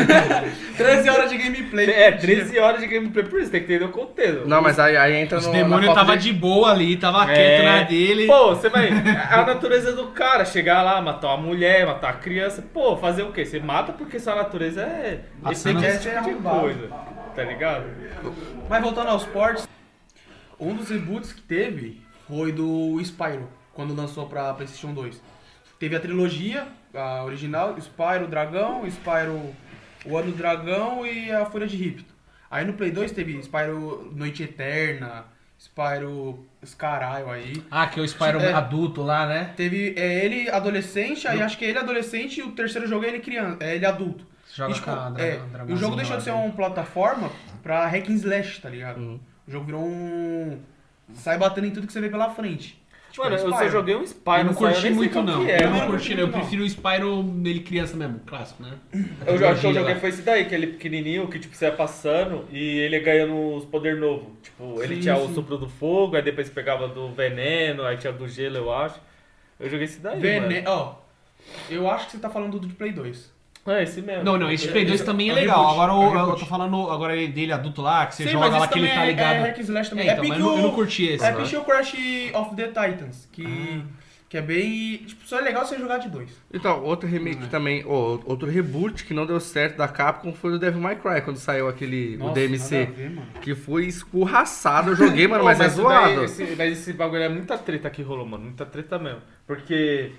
Speaker 3: 13 horas de gameplay.
Speaker 2: É, 13 horas de gameplay por isso, tem que entender o contexto.
Speaker 1: Não, mas aí entra
Speaker 4: Os
Speaker 1: no.
Speaker 4: demônios
Speaker 1: na falta
Speaker 4: tava de boa ali, tava quieto na dele.
Speaker 2: Pô, você vai. É a natureza do cara. Chegar lá, matar uma mulher, matar a criança. Pô, fazer o quê? Você mata porque sua natureza é.
Speaker 4: Assando-
Speaker 2: esse tipo de
Speaker 3: arrombado.
Speaker 2: coisa. Tá ligado?
Speaker 3: Mas voltando aos ports, um dos reboots que teve foi do Spyro, quando lançou pra PlayStation 2. Teve a trilogia, a original, Spyro Dragão, Spyro o Ano do Dragão e a Fúria de Ripto. Aí no Play 2 teve Spyro Noite Eterna, Spyro Scaralho aí.
Speaker 4: Ah, que é o Spyro
Speaker 3: É.
Speaker 4: adulto lá, né?
Speaker 3: Teve ele adolescente, aí acho que ele adolescente e o terceiro jogo é ele criança, é ele adulto.
Speaker 4: Você joga
Speaker 3: E, tipo,
Speaker 4: com a
Speaker 3: e o jogo deixou de ser uma plataforma pra hack and slash, tá ligado?
Speaker 1: Uhum.
Speaker 3: O jogo virou um... sai batendo em tudo que você vê pela frente. Tipo,
Speaker 2: Mano,
Speaker 3: é
Speaker 2: eu só
Speaker 3: Spyro.
Speaker 2: joguei um Spyro.
Speaker 4: Eu não
Speaker 2: só, eu
Speaker 4: curti
Speaker 2: nem sei
Speaker 4: muito,
Speaker 2: qual
Speaker 4: não.
Speaker 2: que é,
Speaker 4: Eu não
Speaker 2: mano.
Speaker 4: curti, não. Eu prefiro o Spyro dele criança mesmo, clássico, né?
Speaker 2: Eu acho que eu
Speaker 4: Trilogia
Speaker 2: joguei
Speaker 4: lá.
Speaker 2: foi esse daí, que ele pequenininho, que tipo, você ia passando e ele ia ganhando os poderes novos. Tipo, ele
Speaker 3: Sim,
Speaker 2: tinha o
Speaker 3: sim.
Speaker 2: sopro do fogo, aí depois pegava do veneno, aí tinha do gelo, eu acho. Eu joguei esse daí,
Speaker 3: Vene... Ó, eu acho que você tá falando do de Play 2.
Speaker 2: mano. É esse mesmo.
Speaker 4: Não, esse Play 2 também é
Speaker 3: é
Speaker 4: legal.
Speaker 3: reboot,
Speaker 4: Agora
Speaker 3: é
Speaker 4: eu
Speaker 3: reboot.
Speaker 4: tô falando agora dele adulto lá, que você
Speaker 3: Sim,
Speaker 4: joga
Speaker 3: mas
Speaker 4: lá
Speaker 3: esse
Speaker 4: que ele
Speaker 3: também
Speaker 4: tá ligado.
Speaker 3: é hack and slash também.
Speaker 4: É, então, mas eu não curti esse.
Speaker 3: É
Speaker 4: né?
Speaker 3: pique o Crash of the Titans, que é bem... Tipo, só é legal você jogar de dois.
Speaker 1: Então, outro remake também, outro reboot que não deu certo da Capcom foi do Devil May Cry, quando saiu aquele, o DMC.
Speaker 3: nada a ver, mano.
Speaker 1: Que foi escurraçado, eu joguei, mano,
Speaker 2: Pô,
Speaker 1: mas é
Speaker 2: isso daí,
Speaker 1: zoado.
Speaker 2: mas esse bagulho é muita treta que rolou, mano. Muita treta mesmo. Porque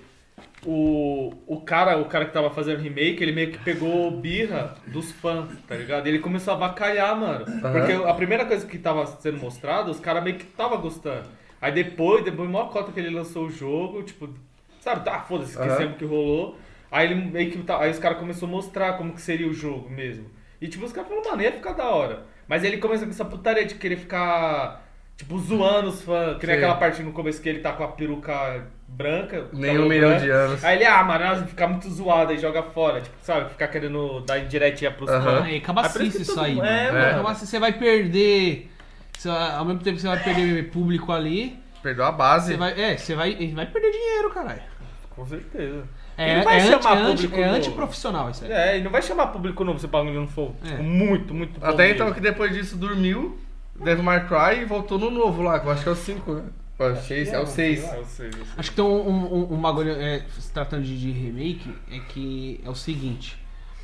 Speaker 2: o cara que tava fazendo remake, ele meio que pegou birra dos fãs, tá ligado? E ele começou a avacalhar, mano. Porque a primeira coisa que tava sendo mostrada, os caras meio que tava gostando. Aí depois maior cota que ele lançou o jogo, tipo, sabe, tá, foda-se, esquecemos o que rolou. Aí ele meio que aí os caras começaram a mostrar como que seria o jogo mesmo. E tipo, os caras falaram, mano, ia ficar da hora. Mas ele começou com essa putaria de querer ficar tipo, zoando os fãs. Que nem
Speaker 1: Sim.
Speaker 2: aquela parte no começo que ele tá com a peruca branca.
Speaker 1: Nem
Speaker 2: cabelo
Speaker 1: 1 milhão
Speaker 2: branco.
Speaker 1: de anos.
Speaker 2: Aí ele, mano, fica muito zoado, aí joga fora. Tipo, sabe, ficar querendo dar indiretinha pros
Speaker 1: Aham.
Speaker 2: fãs.
Speaker 4: Aí,
Speaker 2: Aí por
Speaker 4: cabacice
Speaker 2: que
Speaker 4: isso
Speaker 2: todo
Speaker 4: aí,
Speaker 2: mundo-
Speaker 4: mano.
Speaker 2: É,
Speaker 1: mano.
Speaker 4: Cabacice, você vai perder... Ao mesmo tempo que você vai perder público ali,
Speaker 1: Perdeu a base.
Speaker 4: você vai perder dinheiro, caralho.
Speaker 2: Com certeza.
Speaker 4: É,
Speaker 2: E não vai
Speaker 4: é,
Speaker 2: chamar
Speaker 4: anti,
Speaker 2: público
Speaker 4: é
Speaker 2: novo.
Speaker 4: antiprofissional isso aí.
Speaker 2: É, e não vai chamar público novo se o bagulho não for
Speaker 4: É.
Speaker 2: tipo, muito, muito bom.
Speaker 1: Até
Speaker 2: mesmo.
Speaker 1: então que depois disso dormiu, Devil May Cry e voltou no novo lá, que eu acho que é o 5, né? É o 6, é o 6.
Speaker 2: Eu sei.
Speaker 4: Acho que tem um bagulho, se tratando de remake, é que é o seguinte.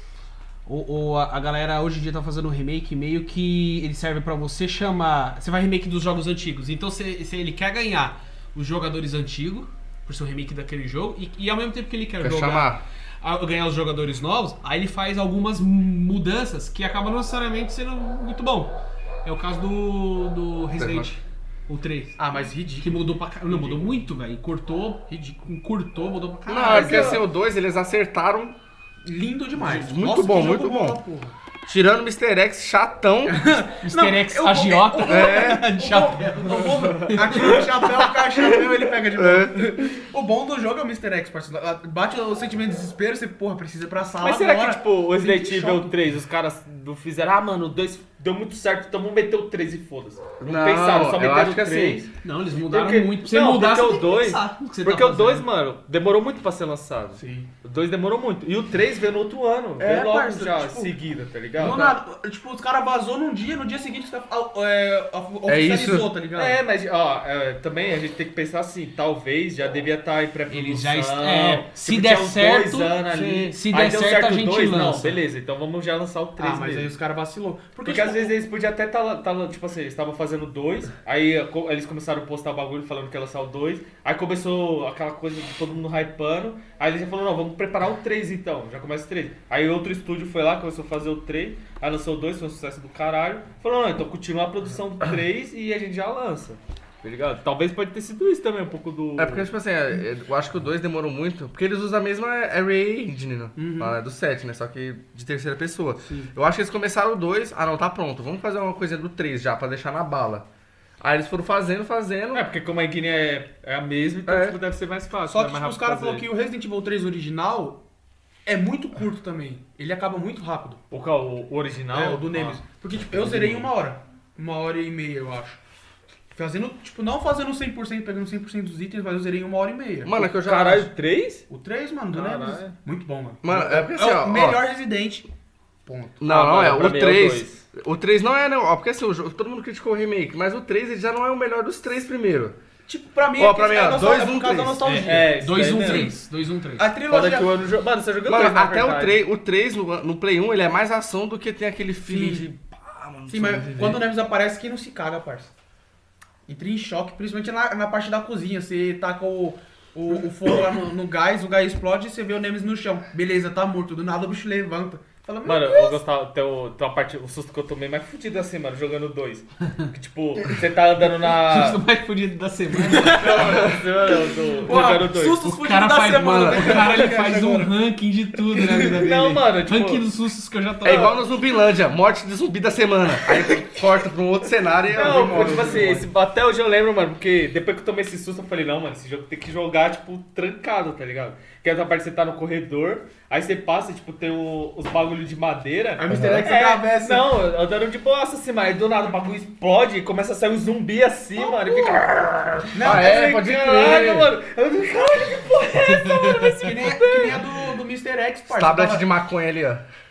Speaker 4: A galera hoje em dia tá fazendo um remake meio que ele serve pra você chamar... Você vai remake dos jogos antigos, então se ele quer ganhar os jogadores antigos, por ser um remake daquele jogo, e ao mesmo tempo que ele quer
Speaker 1: Quer
Speaker 4: jogar...
Speaker 1: chamar?
Speaker 4: Ganhar os jogadores novos, aí ele faz algumas mudanças que acabam não necessariamente sendo muito bom. É o caso do Resident o 3.
Speaker 3: Ah, mas
Speaker 4: Que
Speaker 3: ridículo.
Speaker 4: mudou pra caralho. Não, mudou muito, velho. Encurtou, mudou pra
Speaker 1: Não,
Speaker 4: caralho.
Speaker 1: é porque assim, o 2 eles acertaram
Speaker 3: Lindo demais.
Speaker 1: Muito
Speaker 3: Nossa,
Speaker 1: bom,
Speaker 3: que
Speaker 1: muito
Speaker 3: jogo
Speaker 1: bom.
Speaker 3: da porra.
Speaker 1: tirando o Mr. X chatão.
Speaker 4: Mr. X
Speaker 3: eu-
Speaker 4: agiota.
Speaker 1: É.
Speaker 4: De chapéu.
Speaker 3: Atira o chapéu, o cara chapéu ele pega de volta. O bom do jogo é o Mr. X, parceiro. Bate o sentimento de desespero, você, porra, precisa ir pra sala
Speaker 2: Mas será
Speaker 3: agora.
Speaker 2: que, tipo, o Resident
Speaker 3: Fica em
Speaker 2: Evil
Speaker 3: choque.
Speaker 2: 3, os caras não fizeram, mano, o 2 deu muito certo, então vamos meter o 3 e foda-se.
Speaker 1: Não,
Speaker 2: pensaram, só
Speaker 1: eu
Speaker 2: meteram
Speaker 1: acho que
Speaker 2: o 3.
Speaker 1: assim,
Speaker 4: Não, eles mudaram
Speaker 2: Porque-
Speaker 4: muito. Pra você
Speaker 2: não,
Speaker 4: mudar,
Speaker 2: porque
Speaker 4: você
Speaker 2: o
Speaker 4: tem que
Speaker 2: 2,
Speaker 4: pensar no que você
Speaker 2: porque
Speaker 4: tá
Speaker 2: o 2,
Speaker 4: fazendo.
Speaker 2: mano, demorou muito pra ser lançado.
Speaker 3: Sim.
Speaker 2: O 2 demorou muito. E o 3 veio no outro ano.
Speaker 3: É,
Speaker 2: veio logo
Speaker 3: parça,
Speaker 2: já,
Speaker 3: tipo,
Speaker 2: seguida, tá ligado?
Speaker 3: Não nada. Tipo, os caras vazou no dia seguinte os caras oficializou,
Speaker 1: isso.
Speaker 3: tá ligado?
Speaker 2: É, mas ó, também a gente tem que pensar assim, talvez já devia estar em pré-produção.
Speaker 4: Eles já se
Speaker 2: tipo,
Speaker 4: der
Speaker 2: tinha uns
Speaker 4: certo,
Speaker 2: 2 anos ali.
Speaker 4: se
Speaker 2: Aí
Speaker 4: der
Speaker 2: deu
Speaker 4: certo, a
Speaker 2: o
Speaker 4: gente
Speaker 2: 2,
Speaker 4: lança.
Speaker 2: Não, beleza, então vamos já lançar o 3
Speaker 3: Ah, mas
Speaker 2: mesmo.
Speaker 3: aí os caras vacilou.
Speaker 2: Porque
Speaker 3: tipo,
Speaker 2: às vezes eles podiam até tipo assim, eles estavam fazendo 2, aí eles começaram a postar bagulho falando que ia lançar o 2, aí começou aquela coisa de todo mundo hypando, aí eles já falaram, não, vamos preparar o 3 então, já começa o 3. Aí outro estúdio foi lá, começou a fazer o 3, aí lançou o 2, foi um sucesso do caralho, falou, não, então continua a produção do 3 e a gente já lança. Tá ligado? Talvez pode ter sido isso também, um pouco do...
Speaker 1: é porque, tipo assim, eu acho que o 2 demorou muito, porque eles usam a mesma Array Engine, né? Do 7, né? Só que de terceira pessoa. Eu acho que eles começaram o 2, não, tá pronto, vamos fazer uma coisa do 3 já, pra deixar na bala. Aí eles foram fazendo.
Speaker 2: É, porque como a engine é a mesma, então tipo, deve ser mais fácil.
Speaker 3: Só
Speaker 2: né?
Speaker 3: que
Speaker 2: Mais
Speaker 3: tipo, os
Speaker 2: rápido
Speaker 3: caras
Speaker 2: fazer.
Speaker 3: falaram que o Resident Evil 3 original é muito curto também. Ele acaba muito rápido.
Speaker 2: O original?
Speaker 3: É, o do Nemesis. Porque tipo, eu zerei em 1 hora. 1h30, eu acho. Fazendo, tipo, não fazendo 100%, pegando 100% dos itens, mas eu zerei em 1h30.
Speaker 1: Mano, é que eu já.
Speaker 2: Caralho, 3?
Speaker 3: O 3, mano, do
Speaker 2: Caralho.
Speaker 3: Nemesis. Muito bom, mano.
Speaker 1: Mano, é porque assim,
Speaker 3: É
Speaker 1: ó.
Speaker 3: o melhor Resident. Ponto.
Speaker 1: Não, não é.
Speaker 2: pra
Speaker 1: O
Speaker 2: mim
Speaker 1: 3. O 3 não é, não. Ó, porque assim, todo mundo criticou o remake, mas o 3 ele já não é o melhor dos 3 primeiro.
Speaker 3: Tipo, pra mim,
Speaker 1: Ó,
Speaker 3: é
Speaker 1: pra mim, ó,
Speaker 3: é
Speaker 1: 2,
Speaker 3: por
Speaker 1: 1,
Speaker 3: causa da
Speaker 1: 3.
Speaker 3: nostalgia.
Speaker 2: É, isso daí
Speaker 4: 2-1-3. 2-1-3.
Speaker 3: A
Speaker 2: Foda
Speaker 3: trilogia...
Speaker 2: que o ano... Mano, você jogou
Speaker 1: Mano,
Speaker 2: 3, na
Speaker 1: até
Speaker 2: verdade.
Speaker 1: o 3 no Play 1 ele é mais ação do que tem aquele feeling de. Pá, mano,
Speaker 3: Sim, mas
Speaker 1: sobreviver.
Speaker 3: quando o Nemesis aparece, quem não se caga, parça? Entra em choque, principalmente na parte da cozinha. Você taca o fogo lá no gás, o gás explode e você vê o Nemesis no chão. Beleza, tá morto. Do nada o bicho levanta. Fala, meu
Speaker 2: Mano,
Speaker 3: Deus.
Speaker 2: eu gostava, tem uma parte, o susto que eu tomei mais fudido assim, mano, jogando 2. Que tipo, você tá andando na...
Speaker 4: Susto mais fodido da semana.
Speaker 2: Jogando 2.
Speaker 3: Sustos
Speaker 4: O
Speaker 3: fudidos
Speaker 4: cara
Speaker 3: da
Speaker 4: faz,
Speaker 3: semana.
Speaker 4: mano, o cara ele faz um ranking de tudo na vida dele.
Speaker 2: Não, mano, tipo-
Speaker 4: Ranking dos sustos que eu já tô.
Speaker 1: É igual no Zumbilândia, morte de zumbi da semana. Aí corta pra um outro cenário e
Speaker 2: Não,
Speaker 1: morre,
Speaker 2: tipo assim, até hoje eu lembro, mano, porque depois que eu tomei esse susto, eu falei, não, mano, esse jogo tem que jogar, tipo, trancado, tá ligado? Que essa parte você tá no corredor, aí você passa e, tipo, tem os bagulhos de madeira.
Speaker 3: Aí o Mr. X atravessa.
Speaker 2: Não, andando de boa assim, mas aí do nada o bagulho explode e começa a sair um zumbi assim, mano, e fica...
Speaker 3: Não,
Speaker 1: Ah,
Speaker 3: é
Speaker 1: é, pode
Speaker 2: Caralho,
Speaker 1: crer.
Speaker 2: mano. Eu falei, caralho, que porra é essa, mano? Vai se
Speaker 3: que nem a do Mr. X, parça.
Speaker 1: Tablet
Speaker 3: Tava
Speaker 1: de maconha ali, ó.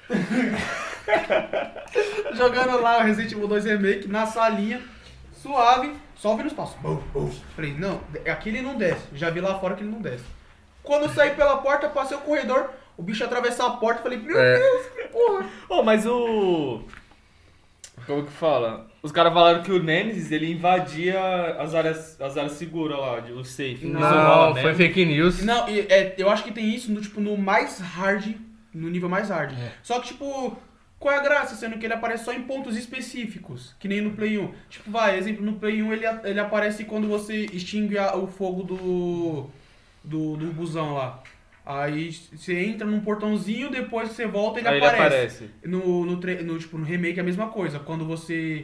Speaker 3: jogando lá o Resident Evil 2 Remake na salinha, suave, só ouvindo os passos. Falei, não, aqui ele não desce. Já vi lá fora que ele não desce. Quando eu saí pela porta, passei o corredor, o bicho atravessou a porta, falei, meu
Speaker 1: É.
Speaker 3: Deus, que porra.
Speaker 2: Oh, mas o... Como que fala? Os caras falaram que o Nemesis, ele invadia as áreas seguras lá, o safe. Isso rola,
Speaker 1: Não,
Speaker 2: né?
Speaker 1: foi fake news.
Speaker 3: Não, eu acho que tem isso no mais hard, no nível mais hard. Só que, tipo, qual é a graça? Sendo que ele aparece só em pontos específicos, que nem no Play 1. Tipo, vai, exemplo, no Play 1 ele aparece quando você extingue o fogo do busão lá. Aí você entra num portãozinho, depois você volta e ele
Speaker 2: Aí
Speaker 3: aparece.
Speaker 2: ele aparece.
Speaker 3: No remake é a mesma coisa. Quando você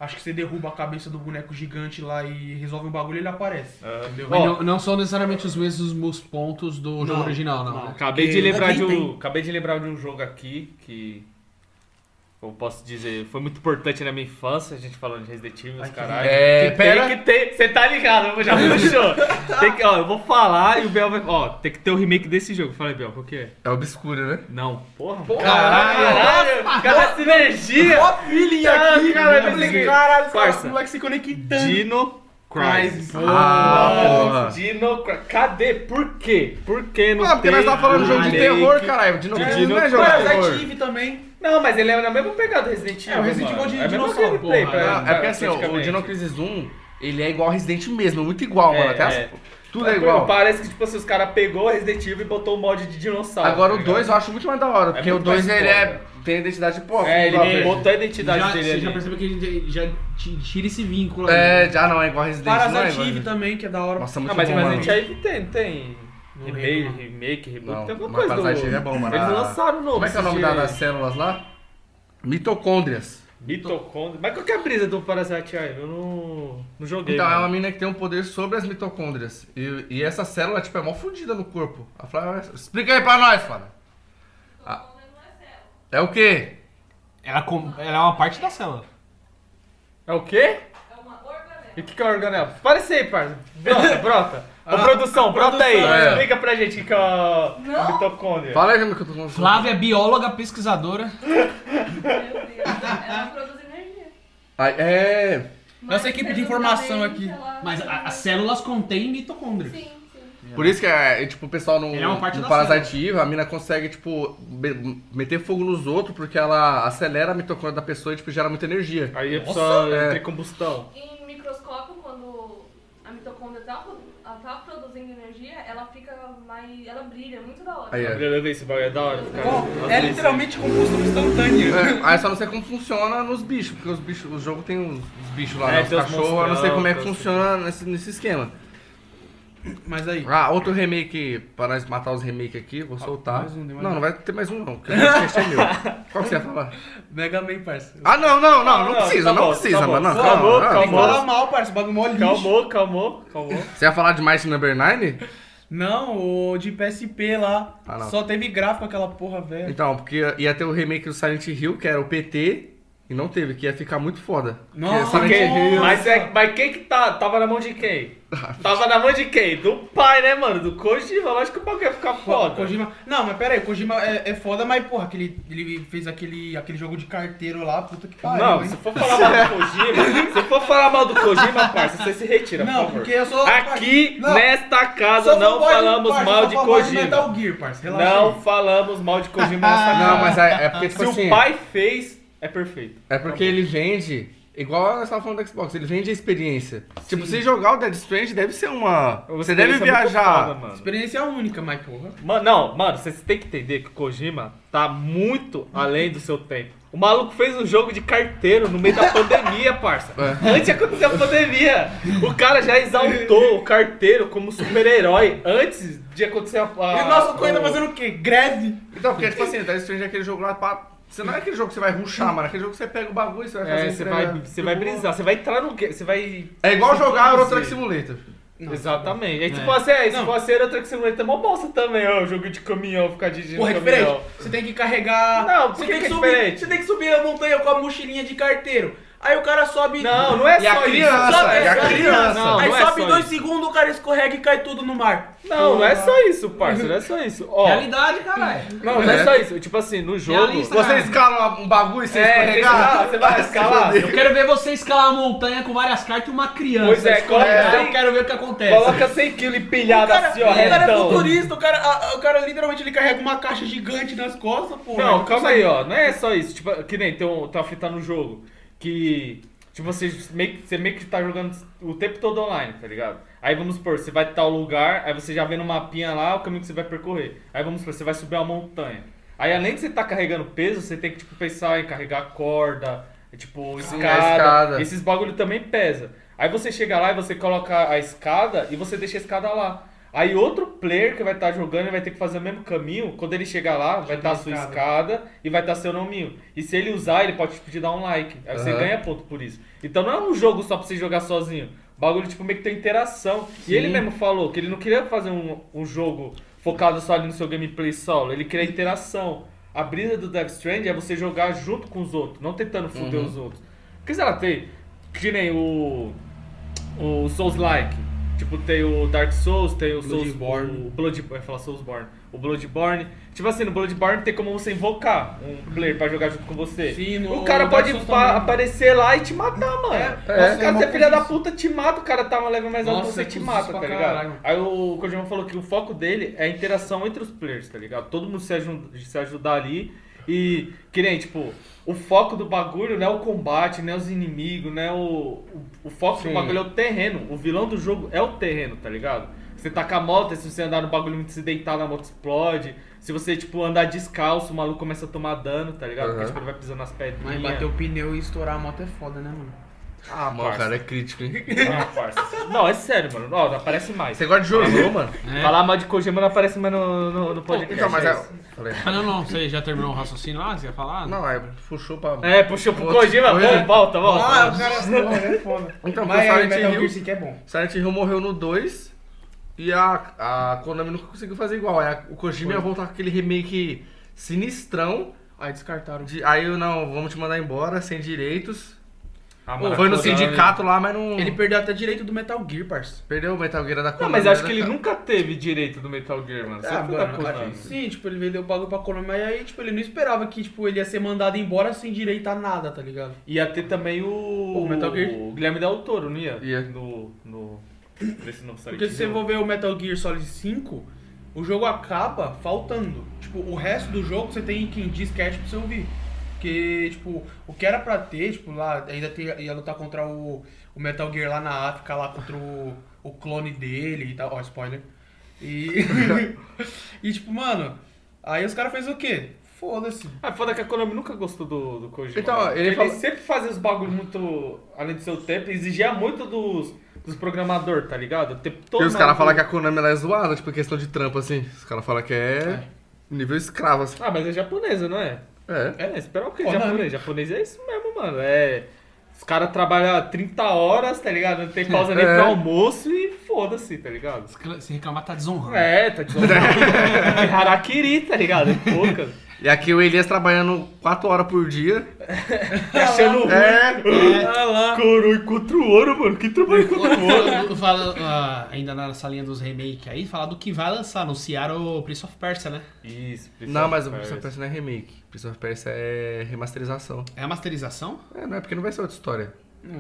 Speaker 3: Acho que você derruba a cabeça do boneco gigante lá e resolve um bagulho, ele aparece. Entendeu?
Speaker 4: Mas não são necessariamente os mesmos pontos do jogo original, não.
Speaker 2: Acabei de
Speaker 3: Porque
Speaker 2: lembrar de um jogo aqui que eu posso dizer, foi muito importante na minha infância, a gente falando de Resident Evil, caralho. Você tá ligado, já puxou. Eu vou falar e o Bel vai... tem que ter o remake desse jogo. Fala aí, Bel, qual que é?
Speaker 1: É Obscura, né?
Speaker 2: Não, porra.
Speaker 3: Caralho,
Speaker 2: Cara, sinergia.
Speaker 3: Ó, feeling aqui,
Speaker 2: Caralho,
Speaker 3: os moleques se conectando.
Speaker 2: Dino Crisis.
Speaker 1: Porra.
Speaker 2: Dino Crisis. Cadê? Por quê? Por que não
Speaker 1: Porque
Speaker 2: tem
Speaker 1: nós tava falando de jogo de
Speaker 2: remake?
Speaker 1: terror, caralho. Dino Crisis não é jogo de terror.
Speaker 3: Resident Evil também.
Speaker 2: Não, mas ele é na mesma pegada do Resident Evil.
Speaker 3: o Resident Evil de
Speaker 2: é a mesma
Speaker 3: dinossauro,
Speaker 2: gameplay,
Speaker 3: porra.
Speaker 1: É porque assim, o Dino Crisis 1, ele é igual ao Resident mesmo, muito igual, mano. Até tudo é igual.
Speaker 2: Parece que tipo assim, os caras pegou o Resident Evil e botou o mod de dinossauro.
Speaker 1: Agora
Speaker 2: tá
Speaker 1: o 2 eu acho muito mais da hora, porque o
Speaker 2: muito
Speaker 1: 2
Speaker 2: mais
Speaker 1: ele
Speaker 2: foda.
Speaker 1: tem a identidade própria.
Speaker 2: Ele botou a identidade dele
Speaker 4: Você
Speaker 2: ali.
Speaker 4: já percebeu que ele já tira esse vínculo aí.
Speaker 1: Já não, é igual Resident, não é
Speaker 3: Parasite
Speaker 1: igual.
Speaker 3: Eve também, que é da hora.
Speaker 1: Nossa, muito
Speaker 2: Mas
Speaker 1: bom, mano.
Speaker 2: Resident Evil tem remake, reboot,
Speaker 1: Não,
Speaker 2: tem alguma
Speaker 1: mas
Speaker 2: coisa
Speaker 1: Parasite Eve é bom, mano.
Speaker 2: Eles lançaram o novo.
Speaker 1: Como é que é o nome das células lá? Mitocôndrias.
Speaker 2: Mitocôndria. Mas qual que é a brisa do Parasite Eve? Eu não joguei.
Speaker 1: Então, é
Speaker 2: mano.
Speaker 1: uma mina que tem um poder sobre as mitocôndrias. E essa célula, tipo, é mó fodida no corpo. A Flávia, explica aí pra nós, Flávia. É o quê?
Speaker 4: Ela é uma parte da célula.
Speaker 2: É o quê?
Speaker 6: É uma organela.
Speaker 2: E o que é o organela? Parece aí, parça. Brota. Ô, produção, brota aí.
Speaker 1: é.
Speaker 2: Explica pra gente o que é a mitocôndria.
Speaker 1: Fala aí, que eu tô falando.
Speaker 4: Flávia é bióloga, pesquisadora.
Speaker 6: Meu Deus. Ela produz energia.
Speaker 3: Nossa equipe de informação aqui.
Speaker 4: Mas as células contêm mitocôndria.
Speaker 6: Sim.
Speaker 1: Por isso que tipo, o pessoal no,
Speaker 4: Ele é uma parte
Speaker 1: no
Speaker 4: da
Speaker 1: Parasite Eve, a mina consegue, tipo, meter fogo nos outros porque ela acelera a mitocôndria da pessoa e, tipo, gera muita energia.
Speaker 2: Aí a pessoa
Speaker 1: é.
Speaker 2: entra em combustão.
Speaker 6: Em microscópio, quando a mitocôndria tá produzindo energia, ela fica mais... Ela brilha, muito da hora.
Speaker 1: Aí,
Speaker 2: Primeira vez esse bagulho é da hora.
Speaker 3: É literalmente combustão instantânea.
Speaker 1: Aí só não sei como funciona nos bichos, porque o jogo tem os bichos lá, né? Os
Speaker 2: tem os
Speaker 1: cachorros, eu não sei como é que
Speaker 2: monstrão,
Speaker 1: funciona nesse esquema.
Speaker 3: Mas aí.
Speaker 1: Outro remake, pra nós matar os remakes aqui, vou soltar.
Speaker 3: mais um, tem mais
Speaker 1: não,
Speaker 3: um.
Speaker 1: não vai ter mais um não, porque o podcast é meu. Qual que você ia falar?
Speaker 3: Mega Man, parça.
Speaker 1: Não precisa,
Speaker 2: tá bom,
Speaker 1: mano. Não,
Speaker 2: Calmou,
Speaker 1: não,
Speaker 3: Tem que
Speaker 2: calmou.
Speaker 3: falar mal, parça. O bagulho mó lixo.
Speaker 2: Calmou.
Speaker 1: Você ia falar de Mighty Number 9?
Speaker 3: Não, o de PSP lá.
Speaker 1: Não.
Speaker 3: Só teve gráfico aquela porra, velho.
Speaker 1: Então, porque ia ter o remake do Silent Hill, que era o PT, e não teve, que ia ficar muito foda.
Speaker 3: Nossa,
Speaker 1: Porque Silent Hill...
Speaker 2: Mas quem que tava na mão de quem? Tava na mão de quem? Do pai, né, mano? Do Kojima. Lógico que o bagulho ia ficar foda.
Speaker 3: Kojima... Não, mas pera aí, o Kojima é foda, mas porra, ele fez aquele jogo de carteiro lá, puta que pariu,
Speaker 2: Não,
Speaker 3: hein?
Speaker 2: se for falar mal do Kojima, parça, você se retira,
Speaker 3: Não,
Speaker 2: por favor.
Speaker 3: porque eu sou...
Speaker 2: Aqui,
Speaker 3: Não,
Speaker 2: nesta casa,
Speaker 3: sou
Speaker 2: não
Speaker 3: fanboy,
Speaker 2: falamos
Speaker 3: parça,
Speaker 2: mal
Speaker 3: sou
Speaker 2: de
Speaker 3: fanboy do
Speaker 2: Kojima.
Speaker 3: Metal Gear, parça, relaxa
Speaker 2: Não
Speaker 3: aí.
Speaker 2: falamos mal de Kojima nesta casa.
Speaker 1: Não, mas é porque, tipo
Speaker 2: Se
Speaker 1: assim...
Speaker 2: o pai fez, é perfeito.
Speaker 1: É porque ele vende, igual nós estávamos falando do Xbox, ele vende a experiência. Tipo, se jogar o Dead Stranding deve ser uma... Você deve
Speaker 2: Isso é muito
Speaker 1: viajar.
Speaker 2: foda, mano.
Speaker 3: Experiência única, mas porra.
Speaker 2: Mano, vocês têm que entender que o Kojima tá muito além do seu tempo. O maluco fez um jogo de carteiro no meio da pandemia, parça. Antes de acontecer a pandemia. O cara já exaltou o carteiro como super-herói antes de acontecer a...
Speaker 3: E o nosso Coelho tá fazendo o quê? Greve?
Speaker 1: Então, porque, tipo assim, Dead Stranding é aquele jogo lá pra... Você não é aquele jogo que você vai rushar, mano. É aquele jogo que você pega o bagulho e você vai fazer...
Speaker 2: você vai brisar, você vai entrar no... Você vai...
Speaker 1: É igual jogar Euro Truck
Speaker 2: Sim.
Speaker 1: Simulator.
Speaker 2: Exatamente. Aí se fosse Euro Truck Simulator, é mó bosta também, ó. Jogo de caminhão, ficar dirigindo
Speaker 3: Porra, é
Speaker 2: caminhão.
Speaker 3: diferente. Você tem que carregar...
Speaker 2: Não, por
Speaker 3: você
Speaker 2: que
Speaker 3: tem
Speaker 2: que é
Speaker 3: subir,
Speaker 2: diferente?
Speaker 3: Você tem que subir a montanha com a mochilinha de carteiro. Aí o cara sobe...
Speaker 2: Não é
Speaker 1: E a
Speaker 2: só
Speaker 1: criança,
Speaker 2: isso.
Speaker 3: Sobe,
Speaker 1: e a criança.
Speaker 2: Não,
Speaker 3: Aí
Speaker 2: não é
Speaker 3: sobe
Speaker 2: só
Speaker 3: 2
Speaker 2: isso.
Speaker 3: segundos, o cara escorrega e cai tudo no mar.
Speaker 2: Não é só isso, parça. Não é só isso. Ó,
Speaker 4: Realidade, caralho.
Speaker 2: não é só isso. Tipo assim, no jogo...
Speaker 4: Realista.
Speaker 1: Você escala um bagulho e você
Speaker 2: você
Speaker 1: escorregar?
Speaker 2: vai escalar.
Speaker 4: Eu quero ver você escalar a montanha com várias cartas e uma criança.
Speaker 2: Pois é, coloca
Speaker 4: Eu quero ver o que acontece.
Speaker 2: Coloca 100 kg empilhado assim, ó,
Speaker 3: O cara é
Speaker 2: retão.
Speaker 3: futurista, o cara literalmente ele carrega uma caixa gigante nas costas, pô.
Speaker 2: Não, calma aí, ó. Não é só isso. Tipo, que nem tem uma fita no jogo. Que... Tipo, você meio que tá jogando o tempo todo online, tá ligado? Aí vamos supor, você vai tal lugar, aí você já vê no mapinha lá o caminho que você vai percorrer. Aí vamos supor, você vai subir uma montanha. Aí além de você tá carregando peso, você tem que tipo, pensar em carregar corda, tipo, escada. Esses bagulho também pesa. Aí você chega lá e você coloca a escada e você deixa a escada lá. Aí outro player que vai estar jogando vai ter que fazer o mesmo caminho. Quando ele chegar lá, vai estar a sua escada e vai estar seu nominho. E se ele usar, ele pode te dar um like. Aí você ganha ponto por isso. Então não é um jogo só pra você jogar sozinho. O bagulho tipo meio que tem interação. E ele mesmo falou que ele não queria fazer um jogo focado só ali no seu gameplay solo. Ele queria interação. A brisa do Death Stranding é você jogar junto com os outros, não tentando foder os outros. Porque sei lá, tem que nem o Souls-like. Tipo, tem o Dark Souls, tem o
Speaker 3: Bloodborne.
Speaker 2: Vai falar Soulsborne. O Bloodborne. Tipo assim, no Bloodborne tem como você invocar um player pra jogar junto com você.
Speaker 3: Sim,
Speaker 2: o cara pode aparecer lá e te matar, mano. O cara, você é filha da puta, te mata, o cara tá uma level mais alta, você te mata, tá ligado?
Speaker 3: Caralho.
Speaker 2: Aí o Kojima falou que o foco dele é a interação entre os players, tá ligado? Todo mundo se ajudar ali. E, que nem, tipo, o foco do bagulho não é o combate, não é os inimigos, não é o foco do bagulho é o terreno. O vilão do jogo é o terreno, tá ligado? Você tacar a moto, se você andar no bagulho muito se deitar, na moto explode. Se você, tipo, andar descalço, o maluco começa a tomar dano, tá ligado? Porque, tipo, ele vai pisando nas pedrinhas.
Speaker 3: Mas bater o pneu e estourar a moto é foda, né, mano?
Speaker 2: Ah,
Speaker 1: Mano, o cara é crítico, hein?
Speaker 2: Ah, parça. Não, é sério, mano. Ó, não aparece mais.
Speaker 1: Você gosta de jogo, mano?
Speaker 2: Falar mal de Kojima não aparece mais no podcast.
Speaker 1: Então, mas
Speaker 2: é
Speaker 1: é...
Speaker 2: isso.
Speaker 1: Falei.
Speaker 4: Ah, não, você já terminou o raciocínio lá? Você ia falar?
Speaker 1: Não, é, puxou pra...
Speaker 2: É, puxou pro Kojima, volta.
Speaker 3: Ah, o cara é foda.
Speaker 1: Então,
Speaker 3: Mas
Speaker 1: o
Speaker 3: aí,
Speaker 1: Silent
Speaker 3: Metal
Speaker 1: Hill...
Speaker 3: Gear 5 é bom.
Speaker 1: Silent Hill morreu no 2 e a Konami nunca conseguiu fazer igual. Aí o Kojima ia voltar com aquele remake sinistrão.
Speaker 3: Aí descartaram.
Speaker 1: Aí vamos te mandar embora, sem direitos.
Speaker 2: Mano,
Speaker 1: Foi no
Speaker 2: Konami-
Speaker 1: sindicato lá, mas não...
Speaker 3: Ele perdeu até direito do Metal Gear, parça.
Speaker 1: Perdeu o Metal Gear da Konami.
Speaker 2: Não, mas eu acho
Speaker 1: né,
Speaker 2: que ele
Speaker 1: cara?
Speaker 2: nunca teve direito do Metal Gear, mano. Sempre da Konami.
Speaker 3: Sim, tipo, ele vendeu o bagulho pra Konami, mas aí, tipo, ele não esperava que, tipo, ele ia ser mandado embora sem direito a nada, tá ligado?
Speaker 2: Ia ter também o
Speaker 3: Metal Gear.
Speaker 2: o Guilherme Del Toro, não ia?
Speaker 1: Ia.
Speaker 2: Nesse novo Silent
Speaker 3: Porque se você
Speaker 2: Hill.
Speaker 3: for ver o Metal Gear Solid 5, o jogo acaba faltando. Tipo, o resto do jogo você tem quem disquete pra você ouvir. Porque, tipo, o que era pra ter, tipo, lá, ainda ia lutar contra o Metal Gear lá na África, lá contra o clone dele e tal. Ó, spoiler. E, e tipo, mano, aí os caras fez o quê? Foda-se.
Speaker 2: Ah, foda que a Konami nunca gostou do Kojima.
Speaker 1: Então,
Speaker 2: mano.
Speaker 1: ele
Speaker 2: Porque
Speaker 1: fala-
Speaker 2: sempre fazia os bagulhos muito além do seu tempo e exigia muito dos programadores, tá ligado? O tempo todo.
Speaker 1: Porque os caras falam que a Konami ela é zoada, tipo, questão de trampo, assim. Os caras falam que é nível escravo, assim.
Speaker 2: Ah, mas é japonesa, não é?
Speaker 1: É.
Speaker 2: Esperar o quê?
Speaker 3: Konami.
Speaker 2: Japonês. Japonês é isso mesmo, mano. Os caras trabalham 30 horas, tá ligado? Não tem pausa nem pro almoço e foda-se, tá ligado?
Speaker 4: Se reclamar, tá desonrando.
Speaker 2: Tá desonrando. É harakiri, tá ligado? É poucas.
Speaker 1: E aqui o Elias trabalhando 4 horas por dia.
Speaker 2: Achando ruim.
Speaker 3: Ah lá.
Speaker 2: Coroa contra o ouro, mano. Que trabalho contra o ouro.
Speaker 4: Ainda nessa linha dos remakes aí, falar do que vai lançar. Anunciaram o Prince of Persia, né?
Speaker 2: Isso,
Speaker 1: Não, mas o Prince of Persia não é remake. Prince of Persia é remasterização.
Speaker 4: É a masterização?
Speaker 1: Não é porque não vai ser outra história.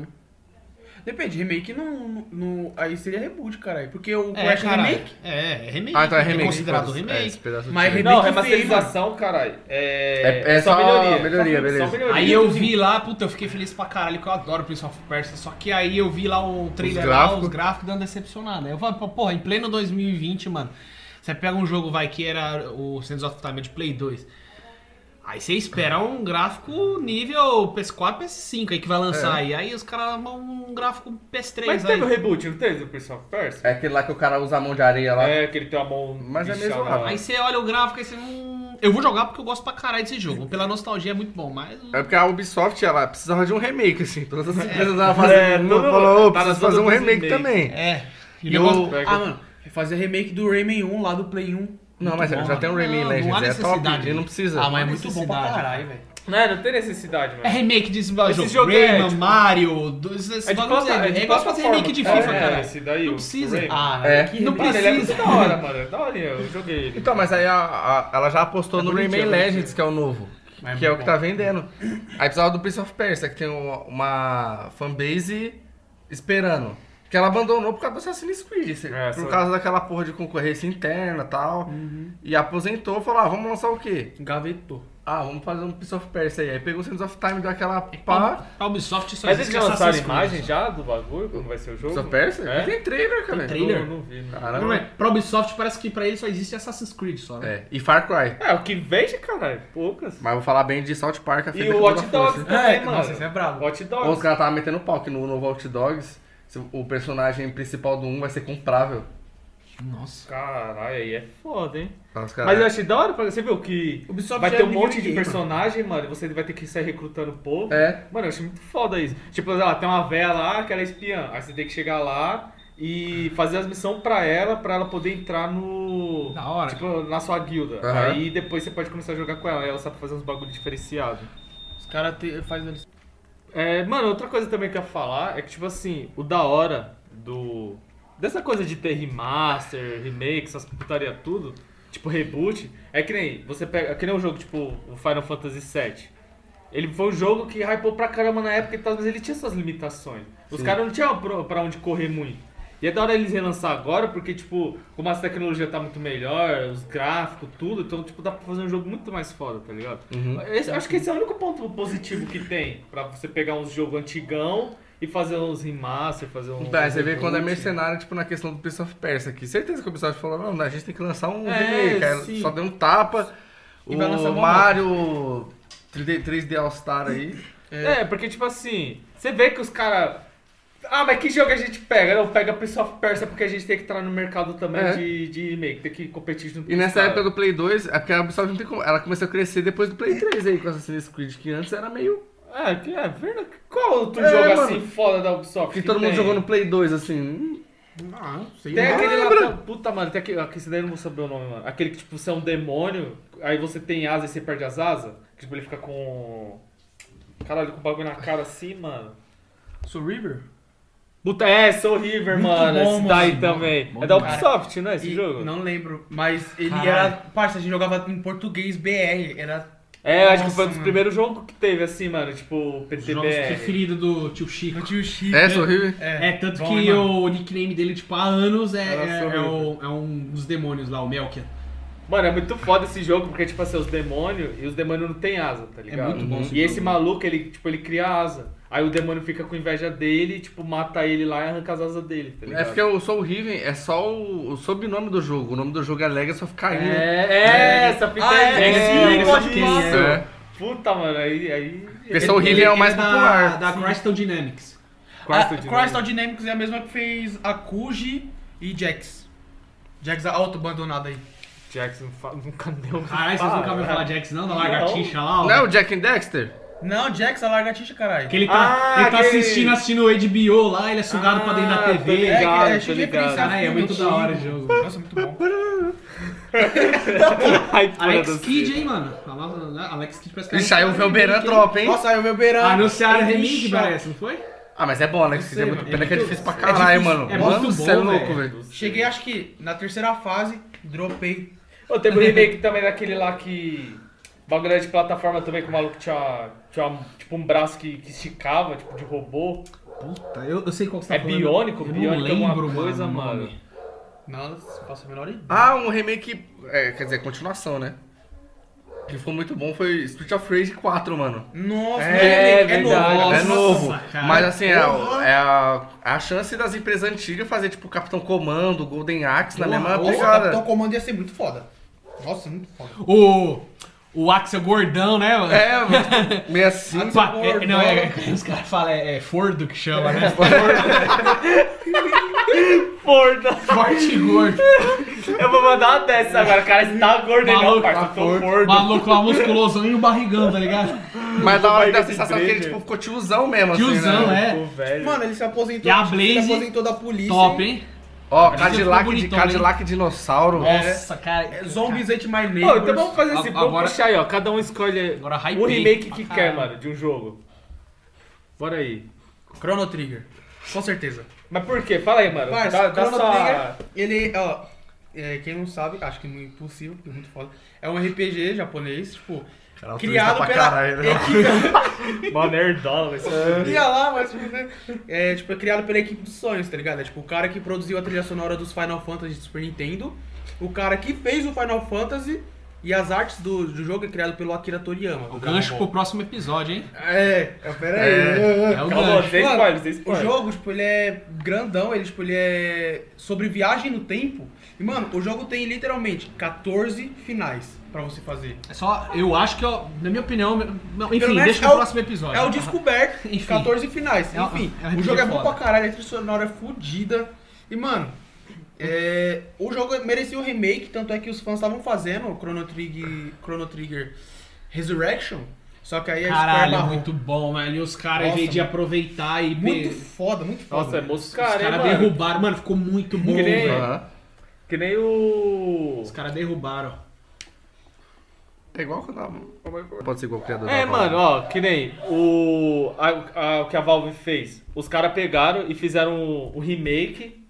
Speaker 3: Depende, remake não. Aí seria reboot, caralho. Porque o
Speaker 4: É,
Speaker 3: Crash é
Speaker 4: caralho.
Speaker 3: remake.
Speaker 4: É remake.
Speaker 1: Ah, então é remake.
Speaker 4: considerado
Speaker 1: foda-se.
Speaker 4: remake.
Speaker 1: esse pedaço de
Speaker 3: Mas
Speaker 1: filme.
Speaker 3: remake
Speaker 2: Não,
Speaker 3: feio,
Speaker 2: remasterização, caralho.
Speaker 1: É só melhoria, beleza.
Speaker 2: melhoria.
Speaker 4: Aí eu vi lá, puta, eu fiquei feliz pra caralho, que eu adoro Prince of Persia, só que aí eu vi lá o trailer lá, os gráficos dando decepcionado. Aí eu falei, porra, em pleno 2020, mano, você pega um jogo, vai, que era o Sands of Time de Play 2, aí você espera um gráfico nível PS4, PS5 aí que vai lançar aí os caras um gráfico PS3
Speaker 2: Mas
Speaker 4: aí.
Speaker 2: teve o reboot, não teve o Prince of Persia?
Speaker 1: É aquele lá que o cara usa a mão de areia lá.
Speaker 2: É, que ele tem uma mão...
Speaker 1: Mas é
Speaker 2: bichana
Speaker 1: meio
Speaker 2: lá.
Speaker 1: zoado.
Speaker 4: Aí você olha o gráfico e você não... Eu vou jogar porque eu gosto pra caralho desse jogo, pela nostalgia é muito bom, mas...
Speaker 1: É porque a Ubisoft, ela precisava de um remake, assim. Todas as empresas ela fazendo.
Speaker 2: todo
Speaker 1: Falou,
Speaker 2: mundo-
Speaker 1: precisa
Speaker 2: tá
Speaker 1: fazer um
Speaker 2: todos os
Speaker 1: remake
Speaker 2: remakes.
Speaker 1: também.
Speaker 4: É. E o
Speaker 1: E
Speaker 4: negócio...
Speaker 1: o-
Speaker 3: Ah, mano, fazer remake do Rayman 1 lá do Play 1.
Speaker 1: Não, mas
Speaker 4: bom,
Speaker 1: já tem um
Speaker 4: mano.
Speaker 1: Rayman
Speaker 4: Não,
Speaker 1: Legends,
Speaker 4: não há
Speaker 1: é top,
Speaker 4: necessidade.
Speaker 1: ele não precisa.
Speaker 3: Ah, mas é muito bom pra
Speaker 4: necessidade.
Speaker 3: caralho, velho.
Speaker 2: Não tem necessidade, mano.
Speaker 4: É remake de
Speaker 2: Esse
Speaker 4: jogo.
Speaker 2: jogo é,
Speaker 4: Rayman,
Speaker 2: tipo,
Speaker 4: Mario, esses
Speaker 2: É de
Speaker 4: bagulhos
Speaker 2: plata-
Speaker 4: é igual fazer remake de FIFA, cara.
Speaker 2: Esse daí,
Speaker 4: Não
Speaker 2: o
Speaker 4: precisa.
Speaker 2: Rayman.
Speaker 3: Ah,
Speaker 1: É.
Speaker 3: que
Speaker 4: Não
Speaker 3: remake.
Speaker 2: Mano, ele é
Speaker 4: precisa.
Speaker 2: muito da hora, mano. Da hora, eu joguei ele.
Speaker 1: Então, mas aí ela já apostou no
Speaker 3: bonitinho,
Speaker 1: Rayman
Speaker 3: é bonitinho.
Speaker 1: Legends, que é o novo.
Speaker 3: Mas
Speaker 1: Que é o
Speaker 3: muito
Speaker 1: que
Speaker 3: bom.
Speaker 1: tá vendendo. Aí precisava do Prince of Persia, que tem uma fanbase esperando. Que ela abandonou por causa do Assassin's Creed. Por causa daquela porra de concorrência interna e tal. E aposentou e falou, vamos lançar o quê?
Speaker 3: Gavetou.
Speaker 1: Vamos fazer um Prince of Persia aí. Aí pegou o Sands of Time, deu aquela pá.
Speaker 4: A Ubisoft só
Speaker 2: Mas eles
Speaker 4: existe
Speaker 2: já lançaram
Speaker 4: Assassin's Creed.
Speaker 2: imagem já do bagulho? Como vai ser o jogo?
Speaker 1: Prince of Persia?
Speaker 2: É?
Speaker 1: Tem trailer, cara.
Speaker 4: Tem trailer?
Speaker 2: Eu não vi, não.
Speaker 1: Caramba.
Speaker 4: Não é, pra Ubisoft parece que pra ele só existe Assassin's Creed só, né?
Speaker 1: É, e Far Cry.
Speaker 2: É, o que vende, caralho. Poucas.
Speaker 1: Mas vou falar bem de South Park, a
Speaker 2: E
Speaker 1: feita
Speaker 2: o
Speaker 1: que
Speaker 2: Watch
Speaker 1: toda
Speaker 2: Dogs
Speaker 1: força.
Speaker 2: também,
Speaker 3: É,
Speaker 2: mano.
Speaker 3: nossa, esse é brabo.
Speaker 2: Watch
Speaker 1: Os
Speaker 2: Dogs.
Speaker 1: caras estavam metendo pau que no novo Watch Dogs, o personagem principal do 1 vai ser comprável.
Speaker 4: Nossa.
Speaker 2: Caralho, aí é foda, hein?
Speaker 1: Os
Speaker 2: Mas eu achei da hora, porque você viu que
Speaker 3: Ubisoft
Speaker 2: vai
Speaker 3: já
Speaker 2: ter um
Speaker 3: é
Speaker 2: monte de
Speaker 3: ninguém,
Speaker 2: personagem, mano, e você vai ter que sair recrutando o povo.
Speaker 1: É.
Speaker 2: Mano, eu achei muito foda isso. Tipo, ela tem uma véia lá que ela é espiã. Aí você tem que chegar lá e fazer as missões pra ela poder entrar no...
Speaker 4: Da hora.
Speaker 2: Tipo, na sua guilda.
Speaker 1: Aham.
Speaker 2: Aí depois você pode começar a jogar com ela. Aí ela sabe fazer uns bagulho diferenciado.
Speaker 3: Os caras fazem...
Speaker 2: Mano, outra coisa também que eu ia falar é que, tipo assim, o da hora dessa coisa de ter remaster, remake, essas putaria tudo, tipo reboot, é que nem você pega, que nem um jogo tipo o Final Fantasy VII. Ele foi um jogo que hypou pra caramba na época e tal, mas ele tinha suas limitações. Os caras não tinham pra onde correr muito. E é da hora eles relançar agora, porque, tipo, como a tecnologia tá muito melhor, os gráficos, tudo, então, tipo, dá pra fazer um jogo muito mais foda, tá ligado? Acho que esse é o único ponto positivo que tem, pra você pegar uns jogos antigão e fazer uns remaster, fazer uns...
Speaker 1: Você vê quando é
Speaker 2: reboot.
Speaker 1: mercenário, tipo, na questão do Prince of Persia aqui. Certeza que o Ubisoft falou, não, a gente tem que lançar um
Speaker 2: É,
Speaker 1: remake. Aí
Speaker 2: sim.
Speaker 1: só deu um tapa.
Speaker 3: E vai lançar
Speaker 1: O
Speaker 3: uma
Speaker 1: Mario 3D All Star aí.
Speaker 2: Porque, tipo assim, você vê que os caras... Ah, mas que jogo a gente pega? Não, pega Prince of Persia porque a gente tem que entrar no mercado também
Speaker 1: É.
Speaker 2: de remake, tem que competir junto com
Speaker 1: E
Speaker 2: os
Speaker 1: nessa
Speaker 2: caras.
Speaker 1: época do Play 2, é porque a Ubisoft não tem como. Ela começou a crescer depois do Play 3 aí com Assassin's Creed, que antes era meio.
Speaker 2: É verdade. Qual outro
Speaker 1: É,
Speaker 2: jogo
Speaker 1: mano.
Speaker 2: assim foda da Ubisoft?
Speaker 1: Que todo mundo
Speaker 2: tem?
Speaker 1: jogou no Play 2, assim.
Speaker 4: Ah, sei
Speaker 2: Tem
Speaker 4: lá.
Speaker 2: aquele
Speaker 1: lembra.
Speaker 2: lá, puta, mano, tem aquele, esse daí eu não vou saber o nome, mano. Aquele que, tipo, você é um demônio, aí você tem asa e você perde as asas. Que, tipo, ele fica com... Caralho, com o bagulho na cara assim, mano.
Speaker 3: Soul River?
Speaker 2: Puta, Soul River,
Speaker 3: Muito
Speaker 2: mano,
Speaker 3: bom,
Speaker 2: esse daí
Speaker 3: mano.
Speaker 2: também.
Speaker 4: Bom
Speaker 2: É da
Speaker 4: demais.
Speaker 2: Ubisoft, né, esse
Speaker 3: E
Speaker 2: jogo?
Speaker 3: não lembro, mas ele
Speaker 4: Caralho.
Speaker 3: era... Parça, a gente jogava em português BR, era...
Speaker 2: Acho que
Speaker 3: Nossa,
Speaker 2: foi um dos
Speaker 3: mano.
Speaker 2: primeiros jogos que teve, assim, mano, tipo,
Speaker 4: Os
Speaker 2: PTBR.
Speaker 4: jogos preferidos do tio Chico.
Speaker 3: Eu tinha o Chico.
Speaker 1: É, horrível.
Speaker 4: É, tanto
Speaker 3: bom,
Speaker 4: que
Speaker 3: mano.
Speaker 4: o nickname dele, tipo, há anos
Speaker 2: Era
Speaker 4: é
Speaker 2: sobre
Speaker 4: um dos demônios lá, o Melkia.
Speaker 2: Mano, é muito foda esse jogo, porque, tipo assim, os demônios, e os demônios não tem asa, tá ligado?
Speaker 4: muito bom esse
Speaker 2: E esse
Speaker 4: jogo.
Speaker 2: maluco, ele, tipo, ele cria asa. Aí o demônio fica com inveja dele, tipo, mata ele lá e arranca as asas dele, tá ligado?
Speaker 1: É porque o Soul Riven é só o sobrenome do jogo. O nome do jogo é Legacy of Kain, né?
Speaker 2: Essa fita
Speaker 3: sim,
Speaker 2: Legacy
Speaker 3: pode
Speaker 2: of
Speaker 3: falar.
Speaker 2: Kain.
Speaker 1: É.
Speaker 2: Puta, mano, aí...
Speaker 1: Porque Soul Riven é o mais popular.
Speaker 4: Da Crystal Dynamics.
Speaker 3: Crystal Dynamics é a mesma que fez Akuji e Jax. Jax auto-abandonado aí.
Speaker 2: Jackson nunca deu...
Speaker 4: Caralho, vocês nunca ouviram falar de Jax não? Da lagartixa lá, ó.
Speaker 1: Não é o Jack and Dexter?
Speaker 3: Não, Jax, a lagartixa, caralho.
Speaker 4: Que ele tá
Speaker 2: aquele-
Speaker 4: assistindo o HBO lá, ele é sugado pra dentro da
Speaker 2: Ah,
Speaker 4: TV.
Speaker 2: tô ligado,
Speaker 3: é
Speaker 2: tô
Speaker 3: cheio de
Speaker 2: ligado.
Speaker 3: referência a
Speaker 4: Caralho, é
Speaker 3: filme
Speaker 4: muito da hora o
Speaker 3: antigo.
Speaker 4: jogo.
Speaker 3: Nossa, muito bom.
Speaker 2: Ai,
Speaker 4: Alex
Speaker 2: foda-se.
Speaker 4: Kidd, hein, mano? Alex Kidd parece que
Speaker 1: E saiu o Velberan Trop, hein?
Speaker 3: Nossa, aí o meu beirão.
Speaker 4: Anunciaram
Speaker 3: é
Speaker 4: remake,
Speaker 3: lixo.
Speaker 4: parece, não foi?
Speaker 1: Ah, mas é bom, né? Que é muito
Speaker 4: mano,
Speaker 1: pena
Speaker 4: é
Speaker 1: que é
Speaker 4: muito-
Speaker 1: difícil pra
Speaker 4: é
Speaker 1: caralho,
Speaker 4: difícil,
Speaker 1: mano.
Speaker 4: é
Speaker 1: Mano,
Speaker 4: muito
Speaker 1: você é
Speaker 4: bom,
Speaker 1: louco,
Speaker 4: velho.
Speaker 1: velho.
Speaker 3: Cheguei, acho que na terceira fase, dropei.
Speaker 2: Ô, teve um remake também daquele lá que... Bagulho de plataforma também, que o maluco tinha tipo um braço que esticava, tipo de robô.
Speaker 4: Puta, eu sei qual que você tá
Speaker 2: É
Speaker 4: falando.
Speaker 2: biônico?
Speaker 4: Eu
Speaker 2: Biônico
Speaker 4: não
Speaker 2: é alguma
Speaker 4: lembro,
Speaker 2: coisa,
Speaker 4: o nome.
Speaker 2: mano.
Speaker 3: Não faço a menor ideia.
Speaker 1: Ah, um remake, quer dizer, continuação, né? Que ficou muito bom foi Street of Rage 4, mano.
Speaker 3: Nossa,
Speaker 2: É
Speaker 3: não é
Speaker 2: verdade.
Speaker 3: novo.
Speaker 1: É novo,
Speaker 4: cara.
Speaker 1: mas assim,
Speaker 3: Porra.
Speaker 1: é a chance das empresas antigas fazer tipo Capitão Comando, Golden Axe na
Speaker 4: Porra,
Speaker 1: mesma
Speaker 3: Nossa,
Speaker 1: pegada.
Speaker 3: Capitão Comando ia ser muito foda. Nossa, muito foda.
Speaker 4: O Axel gordão, né, mano?
Speaker 1: É, meio assim.
Speaker 4: Pá, os caras falam, é Fordo que chama, né?
Speaker 2: Forda!
Speaker 4: Forte e gordo.
Speaker 2: Eu vou mandar uma dessa agora, cara. Você tá gordo aí, não,
Speaker 4: Maluco,
Speaker 2: parça. Eu tô fordo.
Speaker 4: Maluco lá, musculosão e o barrigão, tá ligado?
Speaker 1: Mas da hora
Speaker 2: barriga
Speaker 1: da
Speaker 2: de
Speaker 1: sensação que ele
Speaker 2: breja.
Speaker 1: tipo, ficou tiozão mesmo,
Speaker 4: Tiozão,
Speaker 1: assim, né?
Speaker 4: é.
Speaker 2: Pô, velho.
Speaker 3: Mano, ele se aposentou.
Speaker 4: E a
Speaker 3: acho que ele
Speaker 4: Blaze,
Speaker 3: se aposentou da polícia.
Speaker 4: Top, hein?
Speaker 1: Ó,
Speaker 4: Mas ele
Speaker 1: Cadillac,
Speaker 4: ficou bonitão,
Speaker 1: Cadillac dinossauro.
Speaker 4: Nossa, cara.
Speaker 3: Zombies Ate My
Speaker 2: Ô,
Speaker 3: Neighbors.
Speaker 2: então vamos fazer assim, vamos
Speaker 4: Agora-
Speaker 2: puxar aí, ó. Cada um escolhe
Speaker 4: Agora
Speaker 2: um
Speaker 4: hypei
Speaker 2: remake
Speaker 4: pra
Speaker 2: que
Speaker 4: caralho.
Speaker 2: quer, mano, de um jogo. Bora aí.
Speaker 3: Chrono Trigger. Com certeza.
Speaker 2: Mas por quê? Fala aí, mano.
Speaker 3: Parça,
Speaker 2: Dá
Speaker 3: Chrono
Speaker 2: só...
Speaker 3: Trigger, ele, ó, quem não sabe, acho que é impossível, porque é muito foda. É um RPG japonês, tipo,
Speaker 1: Cara,
Speaker 3: criado
Speaker 1: pra
Speaker 3: pela
Speaker 1: caralho, né?
Speaker 2: Mó nerdola, vai ser...
Speaker 3: Ia lá, mas é criado pela equipe dos sonhos, tá ligado? É tipo o cara que produziu a trilha sonora dos Final Fantasy do Super Nintendo, o cara que fez o Final Fantasy e as artes do jogo é criado pelo Akira Toriyama. do
Speaker 4: O
Speaker 3: Dragon
Speaker 4: gancho
Speaker 3: Ball.
Speaker 4: pro próximo episódio, hein?
Speaker 3: Pera aí.
Speaker 4: É o
Speaker 2: Calma,
Speaker 4: gancho.
Speaker 2: sem
Speaker 3: Mano,
Speaker 2: spoiler, sem
Speaker 3: O
Speaker 2: spoiler.
Speaker 3: jogo, tipo, ele é grandão, ele é sobre viagem no tempo. E, mano, o jogo tem literalmente 14 finais pra você fazer.
Speaker 4: É só, eu acho que, ó, na minha opinião, não, enfim,
Speaker 3: Pelo menos
Speaker 4: deixa
Speaker 3: é
Speaker 4: pro
Speaker 3: o-
Speaker 4: próximo episódio.
Speaker 3: É o descoberto,
Speaker 4: Enfim.
Speaker 3: 14 finais.
Speaker 4: É um-
Speaker 3: Enfim,
Speaker 4: é um
Speaker 3: o jogo é
Speaker 4: RPG
Speaker 3: bom
Speaker 4: foda.
Speaker 3: pra caralho, a trilha sonora é fodida. E, mano, o jogo merecia um remake, tanto é que os fãs estavam fazendo o Chrono Trigger Resurrection, só que aí a Square
Speaker 4: Caralho,
Speaker 3: barrou.
Speaker 4: muito bom, velho. E os caras, em
Speaker 3: Nossa,
Speaker 4: vez de aproveitar e...
Speaker 3: Muito foda.
Speaker 2: Nossa, é
Speaker 3: velho.
Speaker 2: moço
Speaker 4: Os
Speaker 2: cara, hein,
Speaker 4: caras
Speaker 2: mano?
Speaker 4: derrubaram. Mano, ficou muito bom,
Speaker 2: Que nem-
Speaker 4: velho.
Speaker 1: Aham.
Speaker 2: Que nem o...
Speaker 4: Os caras derrubaram.
Speaker 1: É igual quando pode ser igual o criador
Speaker 2: É,
Speaker 1: da Valve.
Speaker 2: mano, ó, que nem o que a Valve fez. Os caras pegaram e fizeram o remake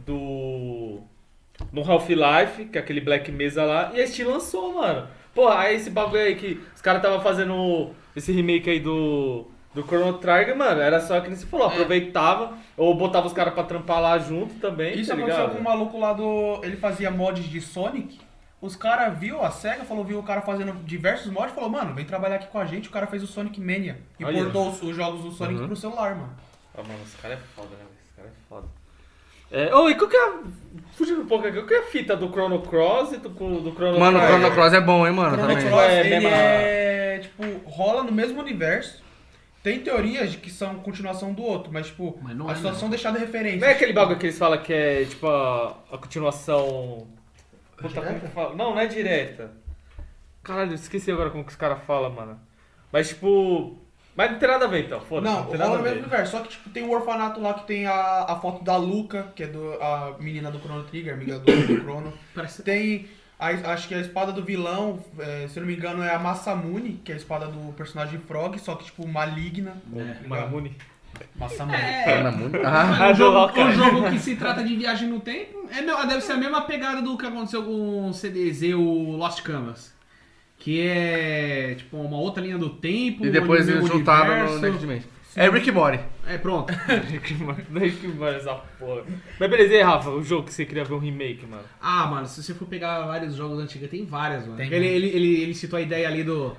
Speaker 2: no Half-Life, que é aquele Black Mesa lá, e a Steam lançou, mano. Pô, aí esse bagulho aí que os caras tava fazendo esse remake aí do Chrono Trigger, mano, era só que nem você falou, aproveitava, ou botava os caras pra trampar lá junto também,
Speaker 3: Isso
Speaker 2: tá
Speaker 3: aconteceu
Speaker 2: ligado?
Speaker 3: com o maluco lá do... Ele fazia mods de Sonic. Os caras viu a SEGA, viu o cara fazendo diversos mods, falou, mano, vem trabalhar aqui com a gente. O cara fez o Sonic Mania e
Speaker 2: Olha.
Speaker 3: portou os jogos do Sonic pro celular, mano.
Speaker 2: Ah, mano, esse cara é foda, né? Esse cara é foda. E qual que é fugindo um pouco aqui, qual que é a fita do Chrono Cross e do Chrono
Speaker 1: Mano, o
Speaker 2: Trigger?
Speaker 1: Chrono Cross é bom, hein, mano,
Speaker 3: Chrono
Speaker 1: também.
Speaker 3: Cross,
Speaker 2: É,
Speaker 3: ele
Speaker 2: mesma-
Speaker 3: é, tipo, rola no mesmo universo. Tem teorias de que são continuação do outro, mas, tipo,
Speaker 4: Mas não
Speaker 3: a
Speaker 4: é,
Speaker 3: situação deixada referência.
Speaker 2: Não é aquele bagulho que eles falam que é, tipo, a continuação... Puta, como que fala? Não é direta. Caralho, esqueci agora como que os caras falam, mano. Mas, tipo... Mas não tem nada a ver, então. Foda-se,
Speaker 3: Não,
Speaker 2: tem nada
Speaker 3: rola
Speaker 2: a
Speaker 3: no
Speaker 2: ver.
Speaker 3: mesmo universo. Só que, tipo, tem o orfanato lá que tem a foto da Luca, que é a menina do Chrono Trigger, amiga do Chrono.
Speaker 4: Parece...
Speaker 3: Tem, acho que a espada do vilão, se eu não me engano, é a Masamune, que é a espada do personagem Frog, só que, tipo, maligna.
Speaker 2: Mamune.
Speaker 3: Masamune.
Speaker 1: Fala muito.
Speaker 4: Mas
Speaker 2: do
Speaker 4: um
Speaker 2: Hawkeye.
Speaker 4: jogo que se trata de viagem no tempo deve ser a mesma pegada do que aconteceu com o CDZ, o Lost Canvas. Que é tipo uma outra linha do tempo.
Speaker 1: E depois
Speaker 4: no
Speaker 1: eles
Speaker 4: mesmo
Speaker 1: juntaram no
Speaker 4: universo.
Speaker 1: Next Dimension. É Rick e Morty.
Speaker 4: É, pronto.
Speaker 2: Não é que mano, essa porra. Mas beleza, e aí, Rafa, o jogo que você queria ver um remake, mano?
Speaker 4: Ah, mano, se você for pegar vários jogos antigos, tem várias, mano.
Speaker 3: Tem,
Speaker 4: Ele citou a ideia ali do...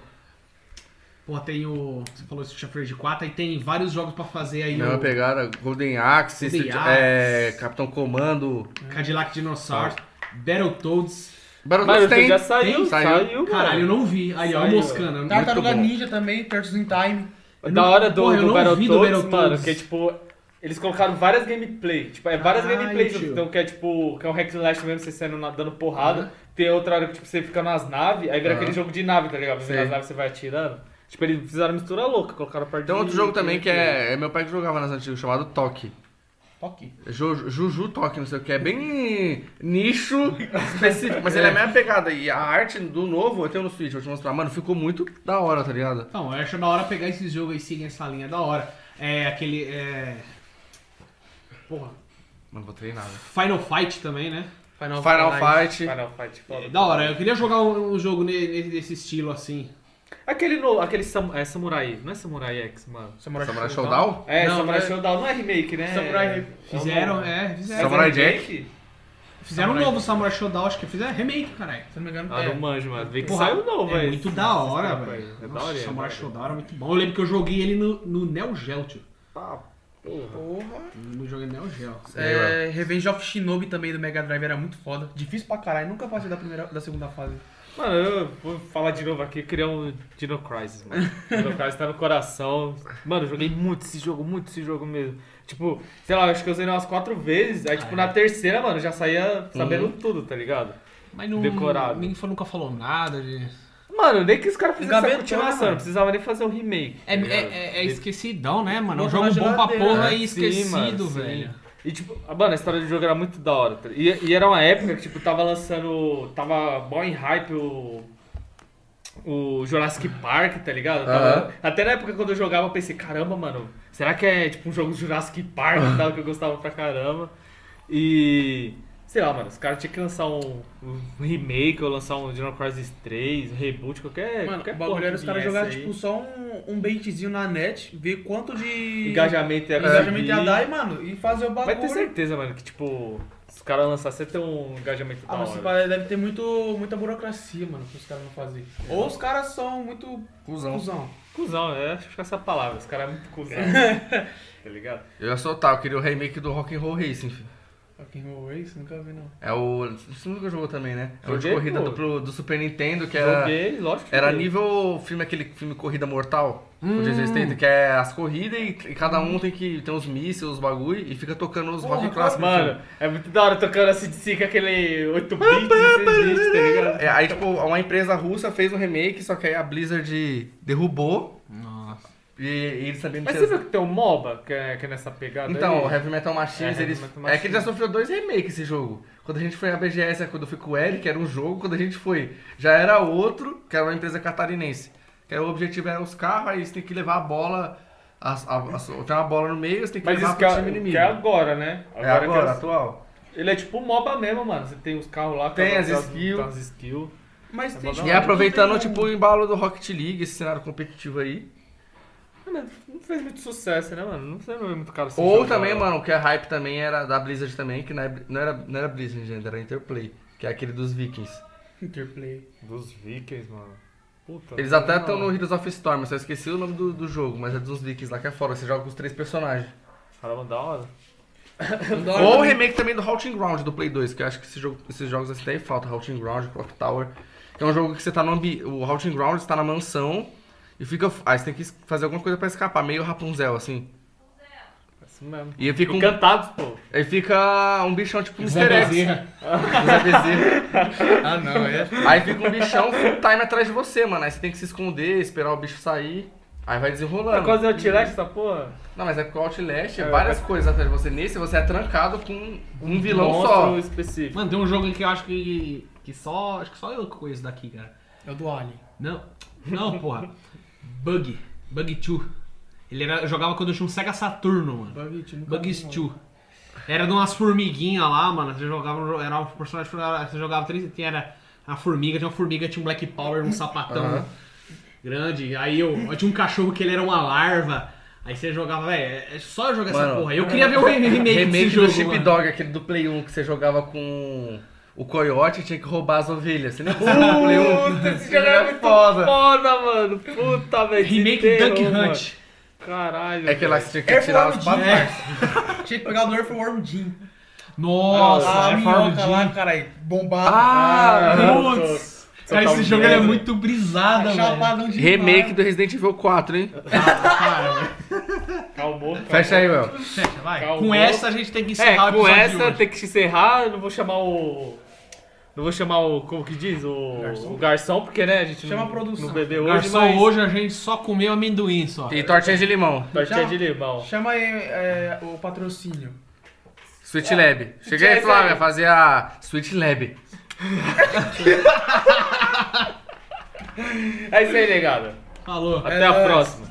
Speaker 4: Pô, tem o... Você falou Street of Rage 4, aí tem vários jogos pra fazer aí.
Speaker 1: Mesma pegada, Golden Axe,
Speaker 4: Golden
Speaker 1: Capitão Comando.
Speaker 4: Cadillac Dinosaurs, Battletoads.
Speaker 1: Battletoads
Speaker 2: Mas
Speaker 1: tem.
Speaker 2: já saiu,
Speaker 1: Saiu.
Speaker 2: mano.
Speaker 4: Caralho, eu não vi. Aí, ó,
Speaker 2: Saiu.
Speaker 4: moscando.
Speaker 3: Tartaruga
Speaker 1: bom.
Speaker 3: Ninja também, Turtles in Time.
Speaker 2: Da hora do,
Speaker 4: Porra, eu
Speaker 2: do
Speaker 4: não vi do
Speaker 2: Battletoads,
Speaker 4: Battletoads.
Speaker 2: mano, que é tipo... Eles colocaram várias gameplay, tipo, várias
Speaker 4: Caralho,
Speaker 2: gameplays,
Speaker 4: tio.
Speaker 2: então que é tipo, que é um hack and slash mesmo, você saindo dando porrada. Tem outra hora que tipo, você fica nas naves, aí vira aquele jogo de nave, tá ligado? Você
Speaker 1: Sei.
Speaker 2: vê nas naves você vai atirando. Tipo, eles fizeram mistura louca, colocaram a parte
Speaker 1: Tem outro
Speaker 2: de-
Speaker 1: jogo também que é meu pai que jogava nas antigas, chamado Toque.
Speaker 3: Toque.
Speaker 1: Juju Toque, não sei o que. É bem nicho específico, mas ele é a mesma pegada. E a arte do novo, eu tenho no Switch, vou te mostrar. Mano, ficou muito da hora, tá ligado?
Speaker 4: Não, eu acho da hora pegar esses jogos e seguir essa linha, da hora. É aquele. Porra.
Speaker 1: Mano, vou treinar, né?
Speaker 4: Final Fight também, né?
Speaker 1: Final Fight.
Speaker 2: Final Fight, foda.
Speaker 4: Da hora, eu queria jogar um jogo nesse estilo assim.
Speaker 2: Aquele Samurai, não é Samurai X, mano?
Speaker 3: Samurai
Speaker 1: Showdown?
Speaker 2: É,
Speaker 3: Não,
Speaker 2: Samurai
Speaker 3: não é-
Speaker 2: Showdown não é remake, né?
Speaker 3: Samurai-
Speaker 4: Fizeram,
Speaker 2: Fizeram
Speaker 1: Samurai
Speaker 2: remake?
Speaker 4: Fizeram um novo Samurai Showdown, acho que fizeram remake, caralho.
Speaker 3: Se eu não me engano,
Speaker 2: Ah, não manjo, mano. Vê que
Speaker 4: Porra,
Speaker 2: saiu novo,
Speaker 4: é
Speaker 2: velho.
Speaker 4: muito da hora,
Speaker 2: Esse
Speaker 4: velho.
Speaker 2: tempo aí. É da
Speaker 4: Nossa,
Speaker 2: hora,
Speaker 4: Samurai
Speaker 2: é da hora.
Speaker 4: Showdown era muito bom. Eu lembro que eu joguei ele no Neo Geo, tio.
Speaker 3: Porra.
Speaker 4: Eu joguei no Neo Geo.
Speaker 3: Revenge of Shinobi também do Mega Drive era muito foda. Difícil pra caralho, nunca passei da segunda fase.
Speaker 2: Mano, eu vou falar de novo aqui, criar um Dino Crisis, mano. Dino Crisis tá no coração. Mano, eu joguei muito esse jogo mesmo. Tipo, sei lá, acho que eu usei umas 4 vezes. Aí, tipo, na terceira, mano, eu já saía sabendo tudo, tá ligado?
Speaker 4: Mas não,
Speaker 2: Decorado.
Speaker 4: ninguém nunca falou nada de...
Speaker 2: Mano, nem que os caras fizessem essa
Speaker 3: Engavetou,
Speaker 2: continuação,
Speaker 3: mano.
Speaker 2: não precisava nem fazer um remake. tá ligado?
Speaker 4: É esquecidão, né, mano? É um
Speaker 3: Botou
Speaker 4: jogo
Speaker 3: na
Speaker 4: bom pra
Speaker 3: geladeira.
Speaker 4: porra e
Speaker 2: Sim,
Speaker 4: esquecido,
Speaker 2: mano, sim.
Speaker 4: velho.
Speaker 2: E tipo, mano, a história do jogo era muito da hora. Tá? E era uma época que, tipo, tava lançando. Tava bom em hype o Jurassic Park, tá ligado? Até na época quando eu jogava eu pensei, caramba, mano, será que é tipo um jogo do Jurassic Park e tal, que eu gostava pra caramba? E. Sei lá, mano, os caras tinham que lançar um remake ou lançar um Dino Crisis 3, um reboot, qualquer.
Speaker 3: Mano,
Speaker 2: qualquer
Speaker 3: o bagulho era os caras
Speaker 2: jogar
Speaker 3: jogarem tipo só um baitzinho na net, ver quanto de
Speaker 2: engajamento ia
Speaker 3: engajamento ia
Speaker 2: conseguir.
Speaker 3: dar e, mano, e fazer o bagulho.
Speaker 2: Vai ter certeza, mano, que tipo, se os caras lançassem, ia ter um engajamento da
Speaker 3: Ah, mas
Speaker 2: hora.
Speaker 3: esse cara deve ter muita burocracia, mano, que os caras não fazem. Ou os caras são muito cuzão.
Speaker 2: Cusão, acho que essa palavra, os caras é muito cuzão. Tá ligado?
Speaker 1: Eu ia soltar, eu queria o remake do Rock'n'Roll Racing, filho.
Speaker 3: Fucking Race, nunca vi não.
Speaker 1: É o... Você nunca jogou também, né? É o de
Speaker 2: Joguei,
Speaker 1: corrida
Speaker 2: pô.
Speaker 1: do Super Nintendo, que era...
Speaker 2: Joguei, lógico que
Speaker 1: Era
Speaker 2: joguei.
Speaker 1: nível filme, aquele filme Corrida Mortal, o Jason Statham, que é as corridas e cada um tem que ter uns mísseis, os bagulho e fica tocando os rock clássicos. do
Speaker 2: Mano,
Speaker 1: filme.
Speaker 2: é muito da hora tocando assim de si com aquele 8 bits, 16 bits, tá ligado?
Speaker 1: É, aí, tipo, uma empresa russa fez um remake, só que aí a Blizzard derrubou
Speaker 4: Nossa.
Speaker 1: e eles também não
Speaker 2: Mas
Speaker 1: tinham...
Speaker 2: você viu que tem um MOBA que é nessa pegada
Speaker 1: Então,
Speaker 2: aí?
Speaker 1: o Heavy Metal Machines,
Speaker 2: É,
Speaker 1: eles...
Speaker 2: Heavy Metal
Speaker 1: É que ele já
Speaker 2: Machines.
Speaker 1: sofreu 2 remakes esse jogo. Quando a gente foi na BGS, quando eu fui com o Eric, era um jogo, quando a gente foi, já era outro, que era uma empresa catarinense. Que aí o objetivo era os carros, aí você tem que levar a bola, tem uma bola no meio, você tem que
Speaker 2: Mas
Speaker 1: levar
Speaker 2: isso
Speaker 1: pro
Speaker 2: que
Speaker 1: time
Speaker 2: é,
Speaker 1: inimigo.
Speaker 2: que é agora, né?
Speaker 1: É agora,
Speaker 2: que é-
Speaker 1: atual.
Speaker 2: Ele é tipo um MOBA mesmo, mano. Você tem os carros lá,
Speaker 1: Tem as
Speaker 2: as
Speaker 1: skills.
Speaker 2: Tem as skills.
Speaker 3: Mas tem
Speaker 2: bom,
Speaker 1: E aproveitando,
Speaker 3: tem
Speaker 1: tipo, o embalo do Rocket League, esse cenário competitivo aí.
Speaker 2: Não fez muito sucesso, né, mano? Não sei muito caro esse
Speaker 1: Ou
Speaker 2: jogo,
Speaker 1: também,
Speaker 2: agora.
Speaker 1: mano, o que é hype também era da Blizzard também, que não era Blizzard ainda, era Interplay. Que é aquele dos Vikings.
Speaker 3: Interplay.
Speaker 2: Dos Vikings, mano. Puta.
Speaker 1: Eles até estão no Heroes of Storm, eu só esqueci o nome do jogo, mas é dos Vikings lá que é fora. Você joga com os 3 personagens.
Speaker 2: Caramba, da hora.
Speaker 1: Ou o remake também do Halting Ground do Play 2, que eu acho que esses jogos assim daí falta. Halting Ground, Clock Tower. Que é um jogo que você tá no ambiente. O Halting Ground está na mansão e fica. Aí você tem que fazer alguma coisa pra escapar, meio Rapunzel, assim.
Speaker 2: Isso mesmo.
Speaker 1: E fica
Speaker 2: Encantados, pô.
Speaker 1: Aí fica um bichão tipo
Speaker 4: Zé
Speaker 1: Mr. X.
Speaker 4: Bezerra.
Speaker 1: Zé Bezerra.
Speaker 3: Ah, não, é.
Speaker 1: Aí fica um bichão full time atrás de você, mano. Aí você tem que se esconder, esperar o bicho sair. Aí vai
Speaker 2: É
Speaker 1: desenrolando.
Speaker 2: quase Outlast essa porra?
Speaker 1: Não, mas é porque o Outlast é
Speaker 2: É,
Speaker 1: várias coisas atrás de você. Nesse você é trancado com um vilão
Speaker 2: Monstro
Speaker 1: só.
Speaker 2: específico.
Speaker 4: Mano, tem um jogo aí que eu acho que só. Acho que só eu que conheço daqui, cara.
Speaker 3: É o do Alien.
Speaker 4: Não, porra. Bug 2. Eu jogava quando eu tinha um Sega Saturno, mano. Buggy 2. Era de umas formiguinhas lá, mano. Você jogava. Era um personagem. Você jogava 3. Era a formiga, tinha uma formiga, tinha um Black Power, um sapatão
Speaker 1: Aham.
Speaker 4: grande. Aí eu tinha um cachorro que ele era uma larva. Aí você jogava, velho. É só eu jogar essa
Speaker 1: Mano,
Speaker 4: porra. Eu queria ver o remake desse
Speaker 1: Remake
Speaker 4: jogo.
Speaker 1: do Chip
Speaker 4: mano.
Speaker 1: Dog, aquele do Play 1 que você jogava com o coiote e tinha que roubar as ovelhas. Você lembra do Play 1?
Speaker 2: Puta, esse jogo é muito foda, mano. Puta, velho.
Speaker 4: Remake
Speaker 2: desenterrou,
Speaker 4: Duck
Speaker 2: mano.
Speaker 4: Hunt.
Speaker 2: Caralho.
Speaker 1: É que lá
Speaker 2: velho.
Speaker 1: você tinha que tirar os
Speaker 3: Earthworm Jim.
Speaker 1: patos.
Speaker 3: Tinha que pegar o do Earthworm Jim.
Speaker 4: Nossa,
Speaker 3: a
Speaker 4: é
Speaker 3: minhoca lá,
Speaker 4: Farm
Speaker 3: caralho. Bombado.
Speaker 1: Ah,
Speaker 4: Putz. Cara, esse
Speaker 2: Total
Speaker 4: jogo ele é
Speaker 2: merda.
Speaker 4: muito brisado, velho.
Speaker 3: Chapadão de
Speaker 1: Remake do Resident Evil 4, hein?
Speaker 2: Calmou.
Speaker 1: Fecha aí, Well.
Speaker 4: Fecha, vai.
Speaker 2: Calma.
Speaker 4: Com essa a gente tem que encerrar o
Speaker 2: Com
Speaker 4: episódio de
Speaker 2: essa
Speaker 4: hoje.
Speaker 2: tem que se encerrar. Eu não vou chamar o. Não vou chamar o. Como que diz? O garçom, porque né, a gente
Speaker 3: Chama
Speaker 2: não,
Speaker 3: a produção.
Speaker 2: não bebeu hoje,
Speaker 4: Garçom,
Speaker 2: mas.
Speaker 4: hoje a gente só comeu amendoim só.
Speaker 1: E tortinha de limão.
Speaker 2: Tortinha de limão.
Speaker 3: Chama aí o patrocínio.
Speaker 1: Sweet Lab. Chega aí, Flávia, fazer a Sweet Lab.
Speaker 2: É isso aí, negado.
Speaker 4: Falou.
Speaker 2: Até a próxima.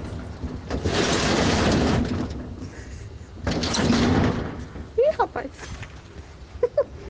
Speaker 6: Ih, rapaz.